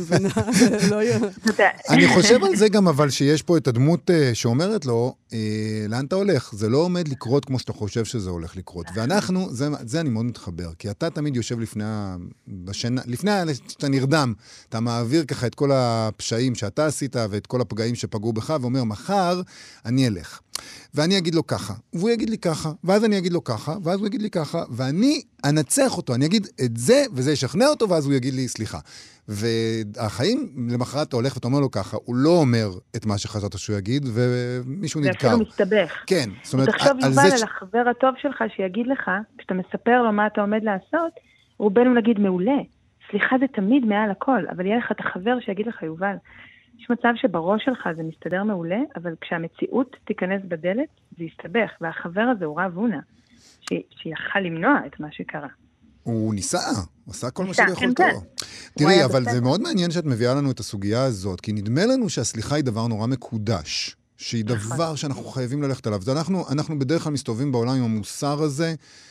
Speaker 4: אני חושב על זה גם, אבל שיש פה את הדמות שאומרת לו, לאן אתה הולך? זה לא עומד לקרות כמו שאתה חושב שזה הולך לקרות. ואנחנו, זה אני מאוד מתחבר, כי אתה תמיד יושב לפני בשינה, לפני שאתה נרדם, אתה מעביר ככה את כל הפשעים שאתה עשית ואת כל הפגעים שפגעו בך, ואומר, מחר אני אלך. ואני אגיד לו ככה, והוא יגיד לי ככה, ואז אני אגיד לו ככה, ואז הוא יגיד לי ככה, ואני אנצח אותו, אני אגיד את זה, וזה ישכנע אותו, ואז הוא יגיד לי סליחה. והחיים, למחרת אתה הולך ואתה אומר לו ככה, הוא לא אומר את מה שחשבת שהוא יגיד, ומישהו נדקר.
Speaker 6: זה אפילו מסתבך.
Speaker 4: כן. זאת אומרת,
Speaker 6: תחשוב יובל על החבר הטוב שלך שיגיד לך, כשאתה מספר לו מה אתה עומד לעשות, רובנו נגיד מעולה. סליחה זה תמיד מעל הכל, אבל יהיה לך את החבר שיגיד לך, יובל, יש מצב שבראש שלך זה מסתדר מעולה, אבל כשהמציאות תיכנס בדלת, זה יסתבך, והחבר הזה הוא רב הונה, שיכל למנוע את מה שקרה.
Speaker 4: הוא ניסה, הוא עשה כל מה שביכולתו. תראי, אבל זה מאוד מעניין שאת מביאה לנו את הסוגיה הזאת, כי נדמה לנו שהסליחה היא דבר נורא מקודש, שהיא דבר שאנחנו חייבים ללכת עליו. אנחנו בדרך כלל מסתובבים בעולם עם המוסר הזה,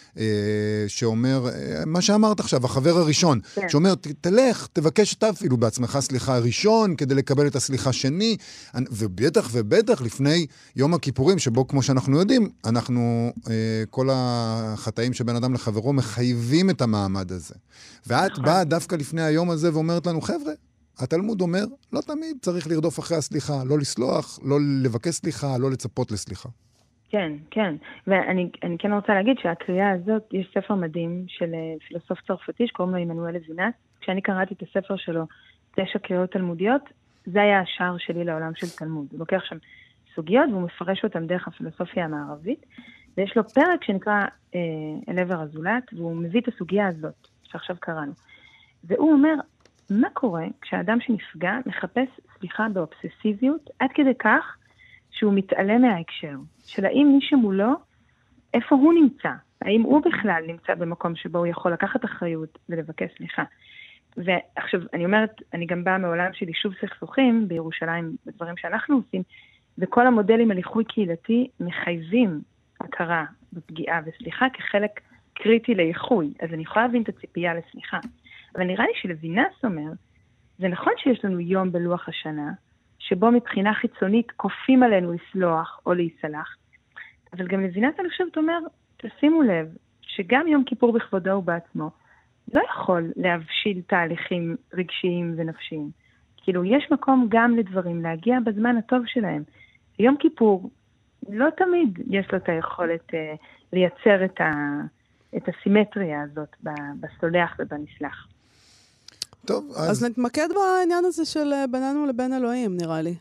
Speaker 4: שאומר, מה שאמרת עכשיו, החבר הראשון, שאומר, תלך, תבקש אתה אפילו בעצמך סליחה ראשון, כדי לקבל את הסליחה שני, ובטח ובטח לפני יום הכיפורים, שבו כמו שאנחנו יודעים, אנחנו, כל החטאים שבין אדם לחברו, מחייבים את המעמד הזה. ואת באה דווקא לפני היום הזה ואומרת לנו, חבר'ה, התלמוד אומר, לא תמיד צריך לרדוף אחרי הסליחה, לא לסלוח, לא לבקש סליחה, לא לצפות לסליחה.
Speaker 6: כן, כן. ואני אני כן רוצה להגיד שהקריאה הזאת, יש ספר מדהים של פילוסוף צרפתי, שקוראים לו עמנואל לוינס. כשאני קראתי את הספר שלו, תשע קריאות תלמודיות, זה היה השער שלי לעולם של תלמוד. הוא לוקח שם סוגיות, והוא מפרש אותם דרך הפילוסופיה המערבית, ויש לו פרק שנקרא אה, אל עבר הזולת, והוא מביא את הסוגיה הזאת, שעכשיו קראנו. והוא אומר, מה קורה כשאדם שנפגע מחפש סליחה באובססיביות, עד כדי כך שהוא מתעלם מההקשר, של האם מי שמולו, איפה הוא נמצא? האם הוא בכלל נמצא במקום שבו הוא יכול לקחת אחריות ולבקש סליחה? ועכשיו, אני אומרת, אני גם באה מעולם של יישוב סכסוכים בירושלים, בדברים שאנחנו עושים, וכל המודלים על איחוי קהילתי מחייבים הכרה בפגיעה וסליחה כחלק קריטי לאיחוי. אז אני יכולה להבין את הציפייה לסליחה. אבל נראה לי שלוינס אומר, זה נכון שיש לנו יום בלוח השנה, שבו מבחינה חיצונית כופים עלינו לסלוח או להיסלח, אבל גם לוינס אני חושבת אומר, תשימו לב, שגם יום כיפור בכבודו ובעצמו, לא יכול להבשיל תהליכים רגשיים ונפשיים. כאילו, יש מקום גם לדברים, להגיע בזמן הטוב שלהם. יום כיפור, לא תמיד יש לו את היכולת אה, לייצר את, ה, את הסימטריה הזאת בסולח ובנסלח.
Speaker 4: טוב, אז...
Speaker 3: אז נתמקד בעניין הזה של בינינו לבין אלוהים, נראה לי.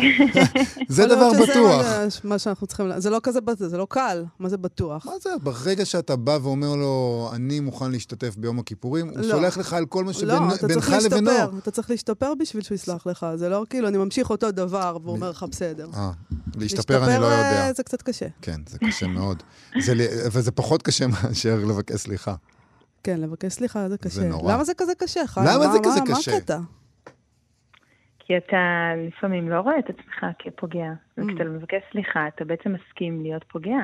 Speaker 4: זה דבר בטוח.
Speaker 3: מה שאנחנו צריכים... זה לא כזה, זה לא קל. מה זה בטוח?
Speaker 4: מה זה? ברגע שאתה בא ואומר לו, אני מוכן להשתתף ביום הכיפורים, הוא סולח לך על כל מה שבינך לבינו.
Speaker 3: לא, אתה צריך להשתפר בשביל שהוא יסלח לך. זה לא כאילו, אני ממשיך אותו דבר, והוא אומר לך בסדר.
Speaker 4: אה, להשתפר אני לא יודע.
Speaker 3: להשתפר זה קצת קשה.
Speaker 4: כן, זה קשה מאוד. וזה פחות קשה מאשר לבקש סליחה.
Speaker 3: כן, לבקש סליחה, זה קשה.
Speaker 4: זה נורא.
Speaker 3: למה זה כזה קשה, חיים?
Speaker 4: למה זה כזה קשה?
Speaker 3: מה הקטע?
Speaker 6: כי אתה לפעמים לא רואה את עצמך כפוגע. וכשאתה מבקש סליחה, אתה בעצם מסכים להיות פוגע.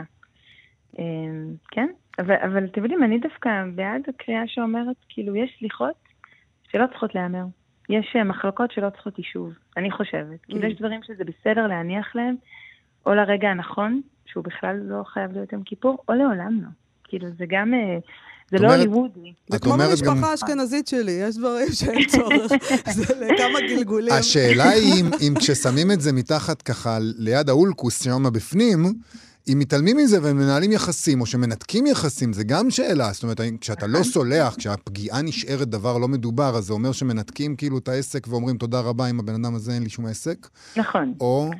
Speaker 6: כן? אבל, אבל אתם יודעים, אני דווקא בעד הקריאה שאומרת, כאילו, יש סליחות שלא צריכות להיאמר. יש מחלוקות שלא צריכות יישוב. אני חושבת. כאילו, יש דברים שזה בסדר להניח להם, או לרגע הנכון, שהוא בכלל לא חייב להיות יום כיפור, או לעולם לא. כאילו, זה גם... זה לא הוליוודי.
Speaker 3: זה כמו במשפחה האשכנזית שלי, יש דברים שאין צורך, זה לכמה גלגולים.
Speaker 4: השאלה היא, אם כששמים את זה מתחת ככה ליד האולקוס, שם בפנים, אם מתעלמים מזה ומנהלים יחסים, או שמנתקים יחסים, זה גם שאלה. זאת אומרת, כשאתה לא סולח, כשהפגיעה נשארת דבר לא מדובר, אז זה אומר שמנתקים כאילו את העסק ואומרים תודה רבה, אם הבן אדם הזה אין לי שום עסק.
Speaker 6: נכון.
Speaker 4: או...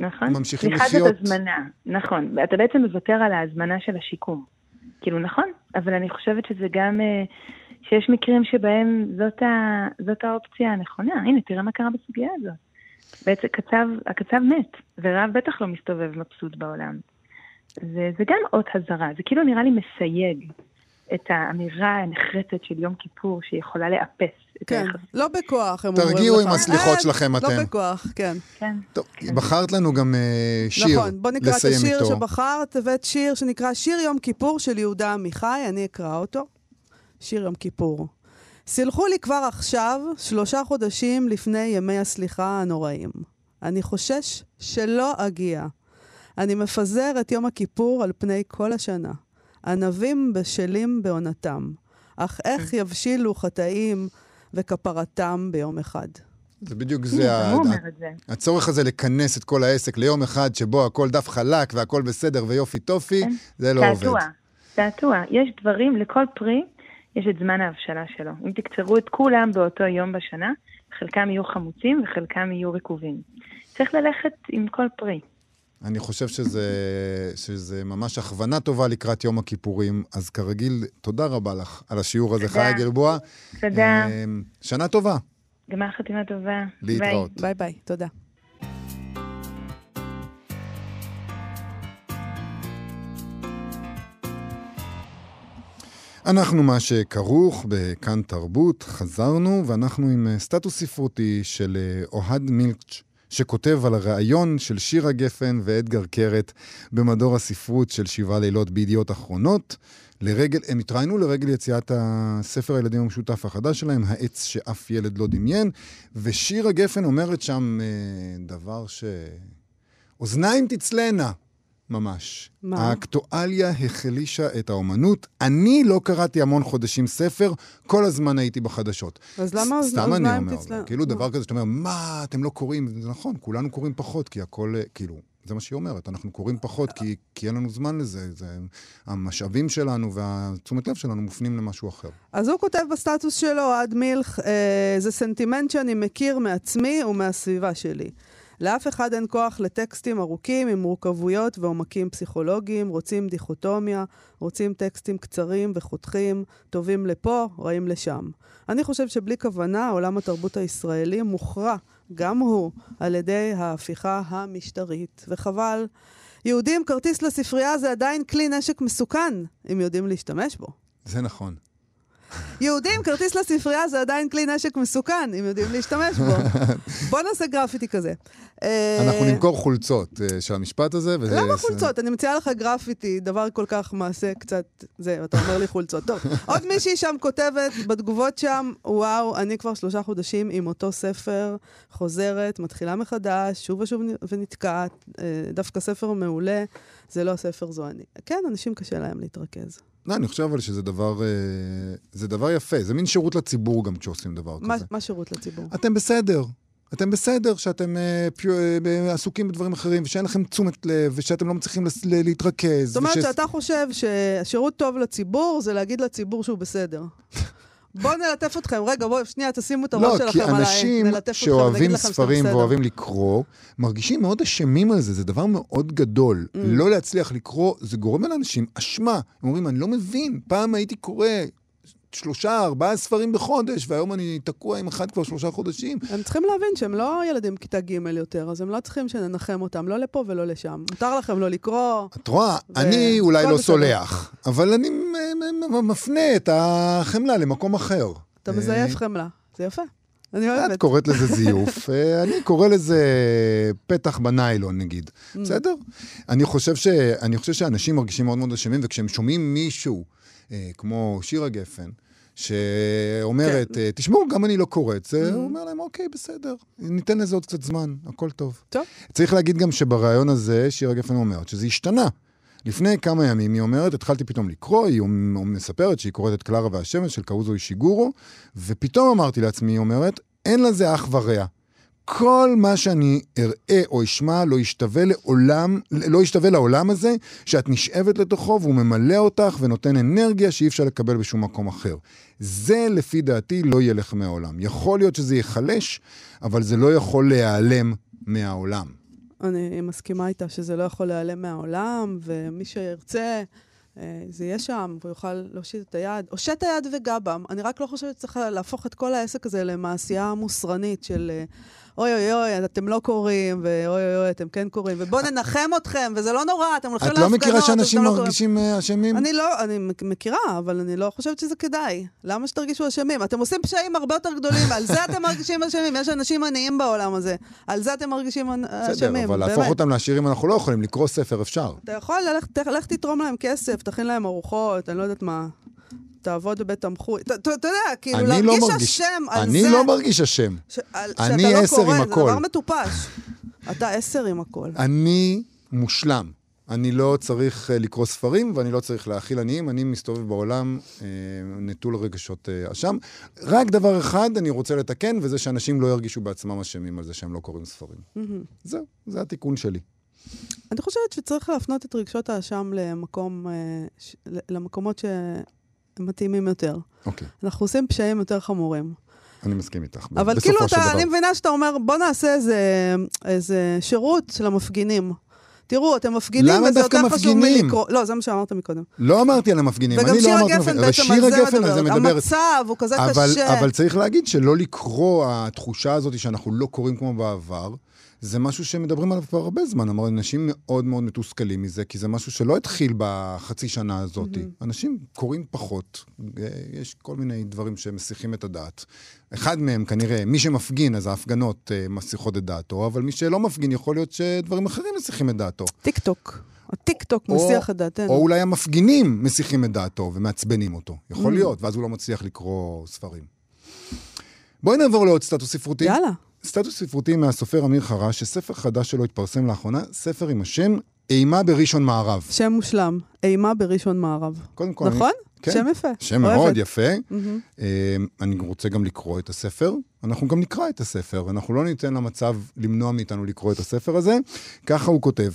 Speaker 6: נכון?
Speaker 4: ממשיכים
Speaker 6: סליחה
Speaker 4: לחיות.
Speaker 6: זאת הזמנה, נכון. אתה בעצם מוותר על ההזמנה של השיקום. כאילו, נכון? אבל אני חושבת שזה גם, שיש מקרים שבהם זאת, ה, זאת האופציה הנכונה. הנה, תראה מה קרה בסוגיה הזאת. בעצם הקצב, הקצב מת, ורב בטח לא מסתובב מבסוט בעולם. זה, זה גם אות הזרה, זה כאילו נראה לי מסייג את האמירה הנחרצת של יום כיפור, שיכולה לאפס את
Speaker 3: כן,
Speaker 6: היחס.
Speaker 3: לא בכוח, הם אומרים לך.
Speaker 4: תרגיעו עם הסליחות
Speaker 3: אה,
Speaker 4: שלכם אתם.
Speaker 3: לא בכוח, כן.
Speaker 6: כן.
Speaker 4: טוב,
Speaker 6: כן.
Speaker 4: בחרת לנו גם אה, שיר
Speaker 3: נכון, בוא נקרא את
Speaker 4: לסיים
Speaker 3: השיר
Speaker 4: איתו.
Speaker 3: שבחרת, הבאת שיר שנקרא שיר יום כיפור של יהודה עמיחי, אני אקרא אותו. שיר יום כיפור. סלחו לי כבר עכשיו, שלושה חודשים לפני ימי הסליחה הנוראים. אני חושש שלא אגיע. אני מפזר את יום הכיפור על פני כל השנה. ענבים בשלים בעונתם. אך איך יבשילו חטאים וכפרתם ביום אחד.
Speaker 4: זה בדיוק זה, ה- ה- הצורך הזה לכנס את כל העסק ליום אחד שבו הכל דף חלק והכל בסדר ויופי טופי, זה לא עובד.
Speaker 6: תעתוע, תעתוע. יש דברים, לכל פרי יש את זמן ההבשלה שלו. אם תקצרו את כולם באותו יום בשנה, חלקם יהיו חמוצים וחלקם יהיו רקובים. צריך ללכת עם כל פרי.
Speaker 4: אני חושב שזה, שזה ממש הכוונה טובה לקראת יום הכיפורים, אז כרגיל, תודה רבה לך על השיעור הזה, חיה גלבוע.
Speaker 6: תודה.
Speaker 4: שנה טובה.
Speaker 6: גמר חתימה טובה.
Speaker 4: להתראות.
Speaker 3: ביי ביי, תודה.
Speaker 4: אנחנו מה שכרוך בכאן תרבות, חזרנו, ואנחנו עם סטטוס ספרותי של אוהד מילקץ', שכותב על הרעיון של שירה גפן ואדגר קרת במדור הספרות של שבעה לילות בידיעות אחרונות. לרגל, הם התראינו לרגל יציאת הספר הילדים המשותף החדש שלהם, העץ שאף ילד לא דמיין, ושירה גפן אומרת שם אה, דבר ש... אוזניים תצלנה, ממש.
Speaker 3: מה?
Speaker 4: האקטואליה החלישה את האומנות. אני לא קראתי המון חודשים ספר, כל הזמן הייתי בחדשות.
Speaker 3: אז למה אוז-
Speaker 4: סתם אני
Speaker 3: אוזניים
Speaker 4: אומר,
Speaker 3: תצלנה?
Speaker 4: כאילו דבר כזה שאתה אומר, מה, אתם לא קוראים? זה נכון, כולנו קוראים פחות, כי הכל, כאילו, זה מה שהיא אומרת, אנחנו קוראים פחות, כי, כי אין לנו זמן לזה, זה, המשאבים שלנו והתשומת לב שלנו מופנים למשהו אחר.
Speaker 3: אז הוא כותב בסטטוס שלו, אוהד מילך, אה, זה סנטימנט שאני מכיר מעצמי ומהסביבה שלי. לאף אחד אין כוח לטקסטים ארוכים עם מורכבויות ועומקים פסיכולוגיים, רוצים דיכוטומיה, רוצים טקסטים קצרים וחותכים, טובים לפה, רעים לשם. אני חושב שבלי כוונה, עולם התרבות הישראלי מוכרע, גם הוא, על ידי ההפיכה המשטרית. וחבל, יהודים, כרטיס לספרייה זה עדיין כלי נשק מסוכן, אם יודעים להשתמש בו.
Speaker 4: זה נכון.
Speaker 3: יהודים, כרטיס לספרייה זה עדיין כלי נשק מסוכן, אם יודעים להשתמש בו. בוא נעשה גרפיטי כזה.
Speaker 4: אנחנו נמכור חולצות של המשפט הזה.
Speaker 3: למה חולצות? אני מציעה לך גרפיטי, דבר כל כך מעשה קצת, זה, אתה אומר לי חולצות. טוב, עוד מישהי שם כותבת בתגובות שם, וואו, אני כבר שלושה חודשים עם אותו ספר, חוזרת, מתחילה מחדש, שוב ושוב ונתקעת, דווקא ספר מעולה, זה לא ספר זו אני. כן, אנשים קשה להם להתרכז.
Speaker 4: לא, אני חושב אבל שזה דבר, זה דבר יפה. זה מין שירות לציבור גם כשעושים דבר
Speaker 3: מה,
Speaker 4: כזה.
Speaker 3: מה שירות לציבור?
Speaker 4: אתם בסדר. אתם בסדר שאתם עסוקים בדברים אחרים, ושאין לכם תשומת לב, ושאתם לא מצליחים להתרכז.
Speaker 3: זאת אומרת שאתה חושב שהשירות טוב לציבור זה להגיד לציבור שהוא בסדר. בואו נלטף אתכם, רגע, בואו, שנייה, תשימו את הראש שלכם על העין.
Speaker 4: לא, כי אנשים שאוהבים ספרים ואוהבים לקרוא, מרגישים מאוד אשמים על זה, זה דבר מאוד גדול. לא להצליח לקרוא, זה גורם על אנשים אשמה. הם אומרים, אני לא מבין, פעם הייתי קורא שלושה, ארבעה ספרים בחודש, והיום אני תקוע עם אחד כבר שלושה חודשים.
Speaker 3: הם צריכים להבין שהם לא ילדים כיתה ג' יותר, אז הם לא צריכים שננחם אותם, לא לפה ולא לשם. מותר לכם לא לקרוא.
Speaker 4: את רואה, אני אולי לא סולח, אבל אני מפנה את החמלה למקום אחר.
Speaker 3: אתה מזייף חמלה, זה יפה. אני אוהבת.
Speaker 4: את קוראת לזה זיוף, אני קורא לזה פתח בניילון נגיד. בסדר? אני חושב ש, אני חושב שאנשים מרגישים מאוד מאוד אשמים, וכשהם שומעים מישהו, כמו שירה גפן, שאומרת, תשמעו, גם אני לא קוראת, זה אומר להם, אוקיי, בסדר, ניתן לזה עוד קצת זמן, הכל טוב.
Speaker 3: טוב.
Speaker 4: צריך להגיד גם שברעיון הזה, שירה גפן אומרת, שזה השתנה. לפני כמה ימים היא אומרת, התחלתי פתאום לקרוא, היא מספרת שהיא קוראת את קלרה והשמש של קאוזו אישיגורו, ופתאום אמרתי לעצמי, היא אומרת, אין לזה אח ורע. כל מה שאני אראה או אשמע לא ישתווה לעולם, לא ישתווה לעולם הזה, שאת נשאבת לתוכו והוא ממלא אותך ונותן אנרגיה שאי אפשר לקבל בשום מקום אחר. זה לפי דעתי לא ילך מהעולם. יכול להיות שזה יחלש, אבל זה לא יכול להיעלם מהעולם.
Speaker 3: אני מסכימה איתה שזה לא יכול להיעלם מהעולם, ומי שירצה, זה יהיה שם, והוא יוכל להושיט את היד. הושט את היד וגבם. אני רק לא חושבת שצריך להפוך את כל העסק הזה למעשייה מוסרנית של אוי אוי אוי, אתם לא קוראים, ואוי אוי אוי, אתם כן קוראים, ובואו ננחם אתכם, וזה לא נורא, אתם הולכים להפגנות.
Speaker 4: את לא מכירה שאנשים מרגישים אשמים?
Speaker 3: אני לא, אני מכירה, אבל אני לא חושבת שזה כדאי. למה שתרגישו אשמים? אתם עושים פשעים הרבה יותר גדולים, על זה אתם מרגישים אשמים. יש אנשים עניים בעולם הזה. על זה אתם מרגישים אשמים.
Speaker 4: אבל להפוך אותם לעשירים אנחנו לא יכולים, לקרוא ספר אפשר.
Speaker 3: אתה יכול, לך תתרום להם כסף, תכין להם ארוחות, אני לא יודעת מה. תעבוד בבית תמחוי. אתה יודע, כאילו, להרגיש אשם על זה.
Speaker 4: אני לא מרגיש אשם. אני עשר עם הכל.
Speaker 3: זה דבר מטופש. אתה עשר עם הכל.
Speaker 4: אני מושלם. אני לא צריך לקרוא ספרים, ואני לא צריך להאכיל עניים. אני מסתובב בעולם נטול רגשות אשם. רק דבר אחד אני רוצה לתקן, וזה שאנשים לא ירגישו בעצמם אשמים על זה שהם לא קוראים ספרים. זהו, זה התיקון שלי.
Speaker 3: אני חושבת שצריך להפנות את רגשות האשם למקומות ש... מתאימים יותר.
Speaker 4: אוקיי.
Speaker 3: אנחנו עושים פשעים יותר חמורים.
Speaker 4: אני מסכים איתך.
Speaker 3: אבל כאילו, אתה, אני מבינה שאתה אומר, בוא נעשה איזה, איזה שירות למפגינים. תראו, אתם מפגינים, וזה יותר חשוב מלקרוא. לא, זה מה שאמרת מקודם.
Speaker 4: לא אמרתי על המפגינים.
Speaker 3: וגם שיר הגפן בעצם על זה מדבר. המצב הוא כזה קשה.
Speaker 4: אבל צריך להגיד שלא לקרוא, התחושה הזאת שאנחנו לא קוראים כמו בעבר, זה משהו שמדברים עליו כבר הרבה זמן. אמרו, אנשים מאוד מאוד מתוסכלים מזה, כי זה משהו שלא התחיל בחצי שנה הזאת. Mm-hmm. אנשים קוראים פחות. יש כל מיני דברים שמסיחים את הדעת. אחד מהם, כנראה, מי שמפגין, אז ההפגנות uh, מסיחות את דעתו, אבל מי שלא מפגין, יכול להיות שדברים אחרים מסיחים את דעתו.
Speaker 3: טיק טוק. הטיק טוק מסיח את דעתנו.
Speaker 4: או אולי המפגינים מסיחים את דעתו ומעצבנים אותו. יכול mm-hmm. להיות, ואז הוא לא מצליח לקרוא ספרים. בואי נעבור לעוד סטטוס ספרותי.
Speaker 3: יאללה.
Speaker 4: סטטוס ספרותי מהסופר אמיר חרש, שספר חדש שלו התפרסם לאחרונה, ספר עם השם אימה בראשון מערב.
Speaker 3: שם מושלם, אימה בראשון מערב.
Speaker 4: קודם כל,
Speaker 3: נכון?
Speaker 4: אני... כן,
Speaker 3: שם יפה.
Speaker 4: שם אוהבת. מאוד יפה. Mm-hmm. אני רוצה גם לקרוא את הספר. אנחנו גם נקרא את הספר. אנחנו לא ניתן למצב למנוע מאיתנו לקרוא את הספר הזה. ככה הוא כותב.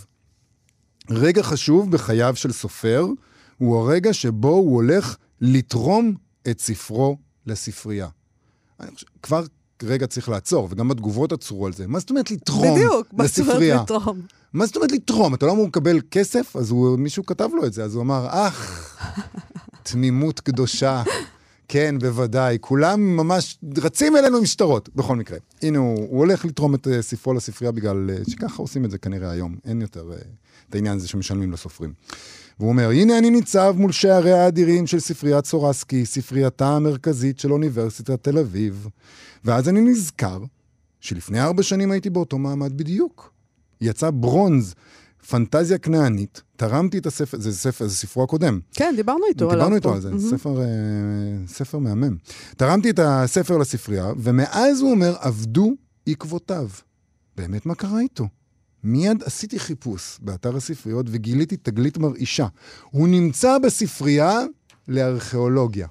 Speaker 4: רגע חשוב בחייו של סופר, הוא הרגע שבו הוא הולך לתרום את ספרו לספרייה. אני חושב, כבר רגע צריך לעצור, וגם בתגובות עצרו על זה. מה זאת אומרת לתרום
Speaker 3: בדיוק,
Speaker 4: לספרייה?
Speaker 3: בדיוק, לתרום.
Speaker 4: מה זאת אומרת לתרום? אתה לא אמור לקבל כסף? אז הוא, מישהו כתב לו את זה, אז הוא אמר, אך, תמימות קדושה. כן, בוודאי. כולם ממש רצים אלינו עם שטרות, בכל מקרה. הנה, הוא, הוא הולך לתרום את ספרו לספרייה, בגלל שככה עושים את זה כנראה היום. אין יותר את העניין הזה שמשלמים לסופרים. והוא אומר, הנה אני ניצב מול שערי האדירים של ספריית סורסקי, ספרייתה המרכזית של אוניברסיטת תל אביב. ואז אני נזכר שלפני ארבע שנים הייתי באותו מעמד בדיוק. יצא ברונז, פנטזיה כנענית, תרמתי את הספר, זה ספר, זה ספרו הקודם.
Speaker 3: כן, דיברנו איתו.
Speaker 4: דיברנו איתו על זה, mm-hmm. ספר, ספר מהמם. תרמתי את הספר לספרייה, ומאז הוא אומר, עבדו עקבותיו. באמת מה קרה איתו? מיד עשיתי חיפוש באתר הספריות, וגיליתי תגלית מרעישה. הוא נמצא בספרייה לארכיאולוגיה.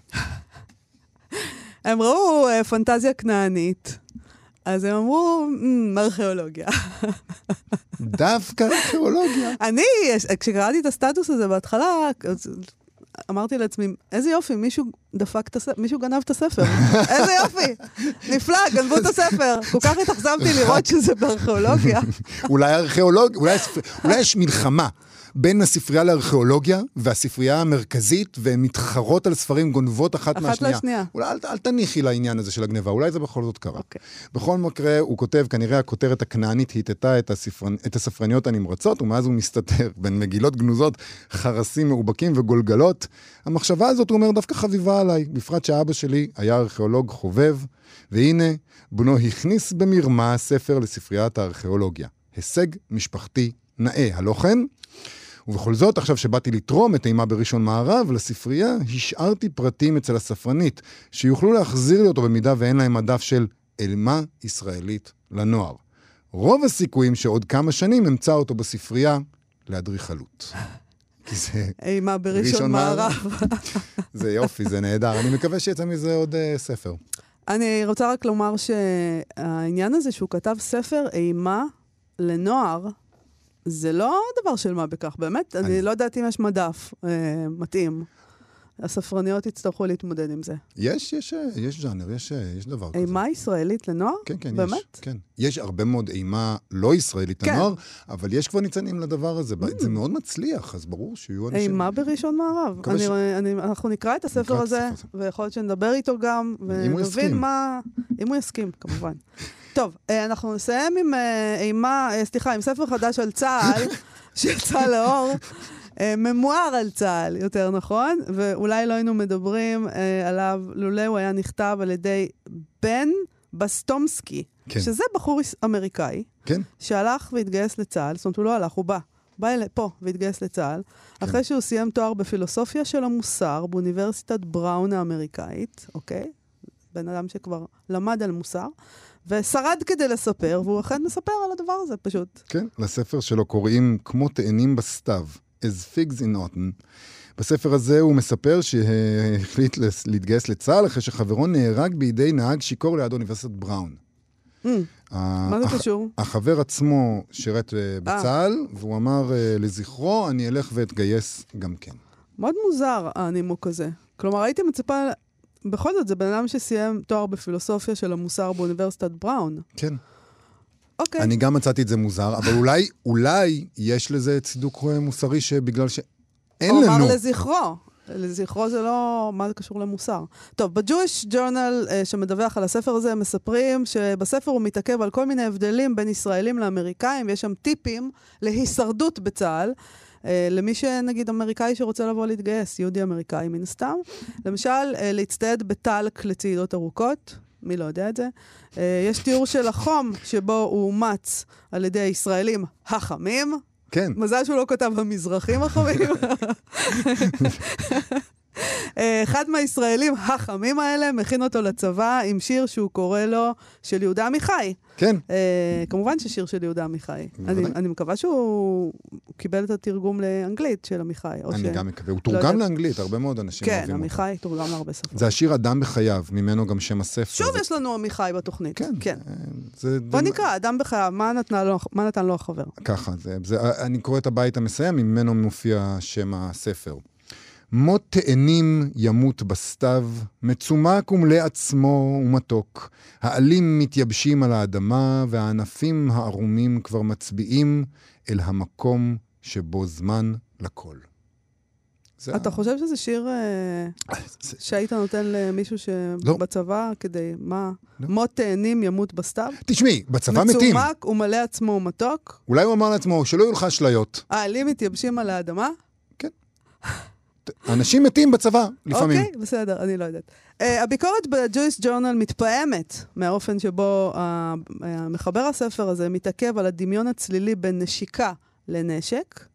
Speaker 3: הם ראו uh, פנטזיה כנענית, אז הם אמרו, ארכיאולוגיה.
Speaker 4: דווקא ארכיאולוגיה.
Speaker 3: אני, כשקראתי את הסטטוס הזה בהתחלה, אמרתי לעצמי, איזה יופי, מישהו דפק את הספר, מישהו גנב את הספר. איזה יופי, נפלא, גנבו את הספר. כל כך התאכזבתי לראות שזה בארכיאולוגיה.
Speaker 4: אולי ארכיאולוגיה, אולי יש מלחמה בין הספרייה לארכיאולוגיה והספרייה המרכזית, והן מתחרות על ספרים גונבות אחת מהשנייה. אחת לשנייה. אולי אל, אל תניחי לעניין הזה של הגניבה, אולי זה בכל זאת קרה. Okay. בכל מקרה, הוא כותב, כנראה הכותרת הכנענית היטטה את, הספר... את הספרניות הנמרצות, ומאז הוא מסתתר בין מגילות גנוזות, חרסים מאובקים וגולגלות. המחשבה הזאת, הוא אומר, דווקא חביבה עליי, בפרט שאבא שלי היה ארכיאולוג חובב, והנה, בנו הכניס במרמה ספר לספריית הארכיאולוגיה. הישג משפחתי נאה, הלא כן? ובכל זאת, עכשיו שבאתי לתרום את אימה בראשון מערב לספרייה, השארתי פרטים אצל הספרנית, שיוכלו להחזיר לי אותו במידה ואין להם מדף של אלמה ישראלית לנוער. רוב הסיכויים שעוד כמה שנים אמצא אותו בספרייה לאדריכלות. כי זה...
Speaker 3: אימה בראשון מערב.
Speaker 4: זה יופי, זה נהדר. אני מקווה שיצא מזה עוד uh, ספר.
Speaker 3: אני רוצה רק לומר שהעניין הזה שהוא כתב ספר אימה לנוער, זה לא דבר של מה בכך, באמת. אני, אני לא יודעת אם יש מדף אה, מתאים. הספרניות יצטרכו להתמודד עם זה.
Speaker 4: יש, יש, יש ז'אנר, יש, יש דבר כזה.
Speaker 3: אימה ישראלית לנוער?
Speaker 4: כן, כן,
Speaker 3: באמת?
Speaker 4: יש. כן. יש הרבה מאוד אימה לא ישראלית
Speaker 3: כן.
Speaker 4: לנוער, אבל יש כבר ניצנים לדבר הזה. Mm. זה מאוד מצליח, אז ברור שיהיו אנשים...
Speaker 3: אימה בראשון מערב. אני, ש... אני, אנחנו נקרא את הספר הזה, ויכול להיות שנדבר איתו גם, ונבין מה... אם הוא יסכים, כמובן. טוב, אנחנו נסיים עם אימה, סליחה, עם ספר חדש על צה"ל, שיצא לאור. ממואר על צה"ל, יותר נכון, ואולי לא היינו מדברים אה, עליו, לולא הוא היה נכתב על ידי בן בסטומסקי, כן. שזה בחור אמריקאי, כן. שהלך והתגייס לצה"ל, זאת אומרת, הוא לא הלך, הוא בא, בא אלה, פה והתגייס לצה"ל, כן. אחרי שהוא סיים תואר בפילוסופיה של המוסר, באוניברסיטת בראון האמריקאית, אוקיי? בן אדם שכבר למד על מוסר, ושרד כדי לספר, והוא אכן מספר על הדבר הזה, פשוט.
Speaker 4: כן, לספר שלו קוראים כמו תאנים בסתיו. As figs in autumn. בספר הזה הוא מספר שהחליט להתגייס לצה"ל אחרי שחברו נהרג בידי נהג שיקור ליד אוניברסיטת בראון.
Speaker 3: Mm. מה זה קשור?
Speaker 4: החבר עצמו שירת בצה"ל, והוא אמר לזכרו, אני אלך ואתגייס גם כן.
Speaker 3: מאוד מוזר הנימוק הזה. כלומר, הייתי מצפה, בכל זאת, זה בן אדם שסיים תואר בפילוסופיה של המוסר באוניברסיטת בראון.
Speaker 4: כן.
Speaker 3: אוקיי.
Speaker 4: אני גם מצאתי את זה מוזר, אבל אולי, אולי יש לזה צידוק מוסרי שבגלל שאין לנו...
Speaker 3: הוא אמר לזכרו. לזכרו זה לא... מה זה קשור למוסר? טוב, ב-Jewish Journal שמדווח על הספר הזה, הם מספרים שבספר הוא מתעכב על כל מיני הבדלים בין ישראלים לאמריקאים, ויש שם טיפים להישרדות בצה"ל, למי שנגיד אמריקאי שרוצה לבוא להתגייס, יהודי אמריקאי מן הסתם. למשל, להצטייד בטלק לצעידות ארוכות, מי לא יודע את זה. Uh, יש תיאור של החום שבו הוא אומץ על ידי הישראלים החמים.
Speaker 4: כן.
Speaker 3: מזל שהוא לא כתב המזרחים החמים. אחד מהישראלים החמים האלה מכין אותו לצבא עם שיר שהוא קורא לו של יהודה עמיחי.
Speaker 4: כן.
Speaker 3: Uh, כמובן ששיר של יהודה עמיחי. אני, אני מקווה שהוא קיבל את התרגום לאנגלית של עמיחי.
Speaker 4: אני
Speaker 3: ש...
Speaker 4: גם מקווה. הוא תורגם לא לאנגלית, הרבה מאוד אנשים
Speaker 3: כן, עמיחי אותו. תורגם להרבה שפות.
Speaker 4: זה השיר אדם בחייו, ממנו גם שם הספר.
Speaker 3: שוב
Speaker 4: זה...
Speaker 3: יש לנו עמיחי בתוכנית.
Speaker 4: כן.
Speaker 3: כן.
Speaker 4: זה...
Speaker 3: בוא נקרא, אדם בחייו, מה נתן לו, מה נתן לו החבר?
Speaker 4: ככה, זה, זה, אני קורא את הבית המסיים, ממנו מופיע שם הספר. מות תאנים ימות בסתיו, מצומק ומלא עצמו ומתוק. העלים מתייבשים על האדמה, והענפים הערומים כבר מצביעים אל המקום שבו זמן לכל.
Speaker 3: אתה חושב שזה שיר שהיית נותן למישהו שבצבא כדי, מה? מות תאנים ימות בסתיו?
Speaker 4: תשמעי, בצבא מתים.
Speaker 3: מצומק ומלא עצמו ומתוק?
Speaker 4: אולי הוא אמר לעצמו, שלא יהיו לך אשליות.
Speaker 3: העלים מתייבשים על האדמה?
Speaker 4: כן. אנשים מתים בצבא, לפעמים.
Speaker 3: אוקיי, בסדר, אני לא יודעת. הביקורת ב-Jewish Journal מתפעמת מהאופן שבו מחבר הספר הזה מתעכב על הדמיון הצלילי בין נשיקה לנשק.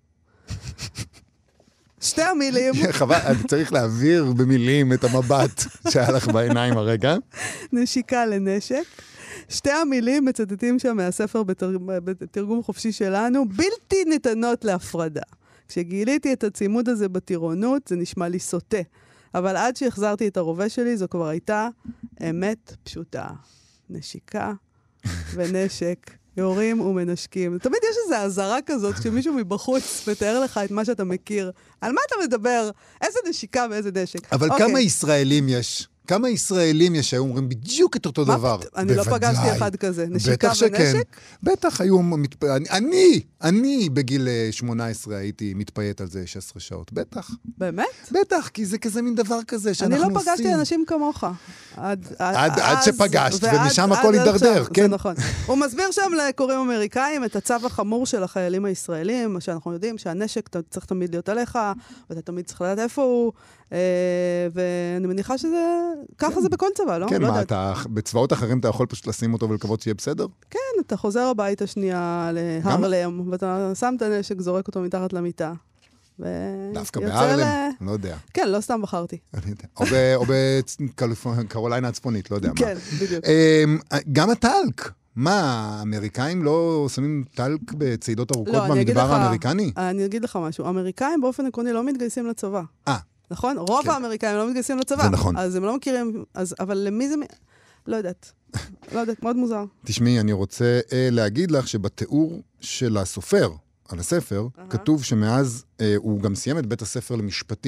Speaker 3: שתי המילים.
Speaker 4: חבל, אני צריך להעביר במילים את המבט שהיה לך בעיניים הרגע.
Speaker 3: נשיקה לנשק. שתי המילים מצטטים שם מהספר בתרגום חופשי שלנו, בלתי ניתנות להפרדה. כשגיליתי את הצימוד הזה בטירונות, זה נשמע לי סוטה. אבל עד שהחזרתי את הרובה שלי, זו כבר הייתה אמת פשוטה. נשיקה ונשק, יורים ומנשקים. תמיד יש איזו הזרה כזאת, כשמישהו מבחוץ מתאר לך את מה שאתה מכיר. על מה אתה מדבר? איזה נשיקה ואיזה נשק.
Speaker 4: אבל כמה ישראלים יש? כמה ישראלים יש שהיו אומרים בדיוק את אותו דבר?
Speaker 3: אני לא פגשתי אחד כזה. נשיקה ונשק?
Speaker 4: בטח היו... אני, אני בגיל שמונה עשרה הייתי מתפייט על זה שש עשרה שעות. בטח.
Speaker 3: באמת?
Speaker 4: בטח, כי זה כזה מין דבר כזה שאנחנו עושים.
Speaker 3: אני לא פגשתי אנשים כמוך.
Speaker 4: עד שפגשת, ומשם הכל יידרדר.
Speaker 3: זה נכון. הוא מסביר שם לקוראים אמריקאים את הצו החמור של החיילים הישראלים, שאנחנו יודעים שהנשק צריך תמיד להיות עליך, ואתה תמיד צריך לדעת איפה הוא, ואני מניחה שזה... ככה זה בכל צבא, לא?
Speaker 4: כן, מה, אתה, בצבאות אחרים אתה יכול פשוט לשים אותו ולקוות שיהיה בסדר?
Speaker 3: כן, אתה חוזר הביתה שנייה להרלם, ואתה שם את הנשק, זורק אותו מתחת למיטה.
Speaker 4: דווקא בהרלם? לא יודע.
Speaker 3: כן, לא סתם בחרתי.
Speaker 4: או בקרוליינה הצפונית, לא יודע מה.
Speaker 3: כן, בדיוק.
Speaker 4: גם הטלק. מה, האמריקאים לא שמים טלק בצעידות ארוכות במדבר האמריקני?
Speaker 3: אני אגיד לך משהו. האמריקאים באופן עקרוני לא מתגייסים לצבא.
Speaker 4: אה.
Speaker 3: נכון? רוב האמריקאים לא מתגייסים לצבא.
Speaker 4: זה נכון.
Speaker 3: אז הם לא מכירים, אבל למי זה... לא יודעת. לא יודעת, מאוד מוזר.
Speaker 4: תשמעי, אני רוצה להגיד לך שבתיאור של הסופר, על הספר, כתוב שמאז הוא גם סיים את בית הספר למשפטים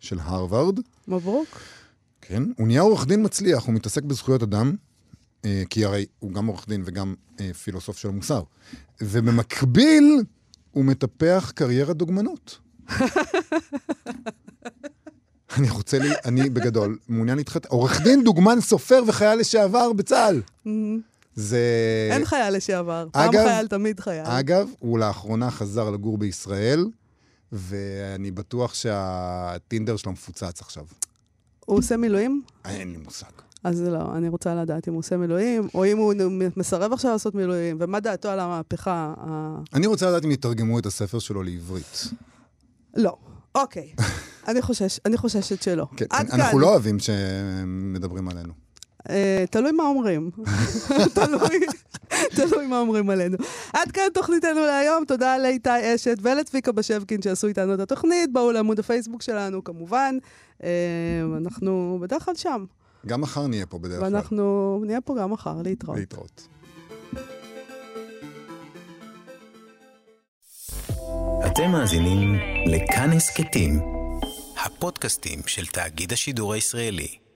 Speaker 4: של הרווארד.
Speaker 3: מברוק.
Speaker 4: כן, הוא נהיה עורך דין מצליח, הוא מתעסק בזכויות אדם, כי הרי הוא גם עורך דין וגם פילוסוף של המוסר. ובמקביל, הוא מטפח קריירת דוגמנות. אני רוצה לי, אני בגדול, מעוניין להתחתן. עורך דין, דוגמן, סופר וחייל לשעבר בצה"ל. זה...
Speaker 3: אין חייל לשעבר. פעם חייל, תמיד חייל.
Speaker 4: אגב, הוא לאחרונה חזר לגור בישראל, ואני בטוח שהטינדר שלו מפוצץ עכשיו.
Speaker 3: הוא עושה מילואים?
Speaker 4: אין לי מושג.
Speaker 3: אז לא, אני רוצה לדעת אם הוא עושה מילואים, או אם הוא מסרב עכשיו לעשות מילואים, ומה דעתו על המהפכה?
Speaker 4: אני רוצה לדעת אם יתרגמו את הספר שלו לעברית. לא.
Speaker 3: אוקיי. אני חושש, אני חוששת שלא.
Speaker 4: כן, אנחנו לא אוהבים שמדברים עלינו.
Speaker 3: תלוי מה אומרים. תלוי מה אומרים עלינו. עד כאן תוכניתנו להיום. תודה לאיתי אשת ולצביקה בשבקין שעשו איתנו את התוכנית. באו לעמוד הפייסבוק שלנו, כמובן. אנחנו בדרך כלל שם.
Speaker 4: גם מחר נהיה פה בדרך כלל.
Speaker 3: ואנחנו נהיה פה גם מחר, להתראות.
Speaker 4: להתראות.
Speaker 2: אתם מאזינים לכאן הסכתים, הפודקאסטים של תאגיד השידור הישראלי.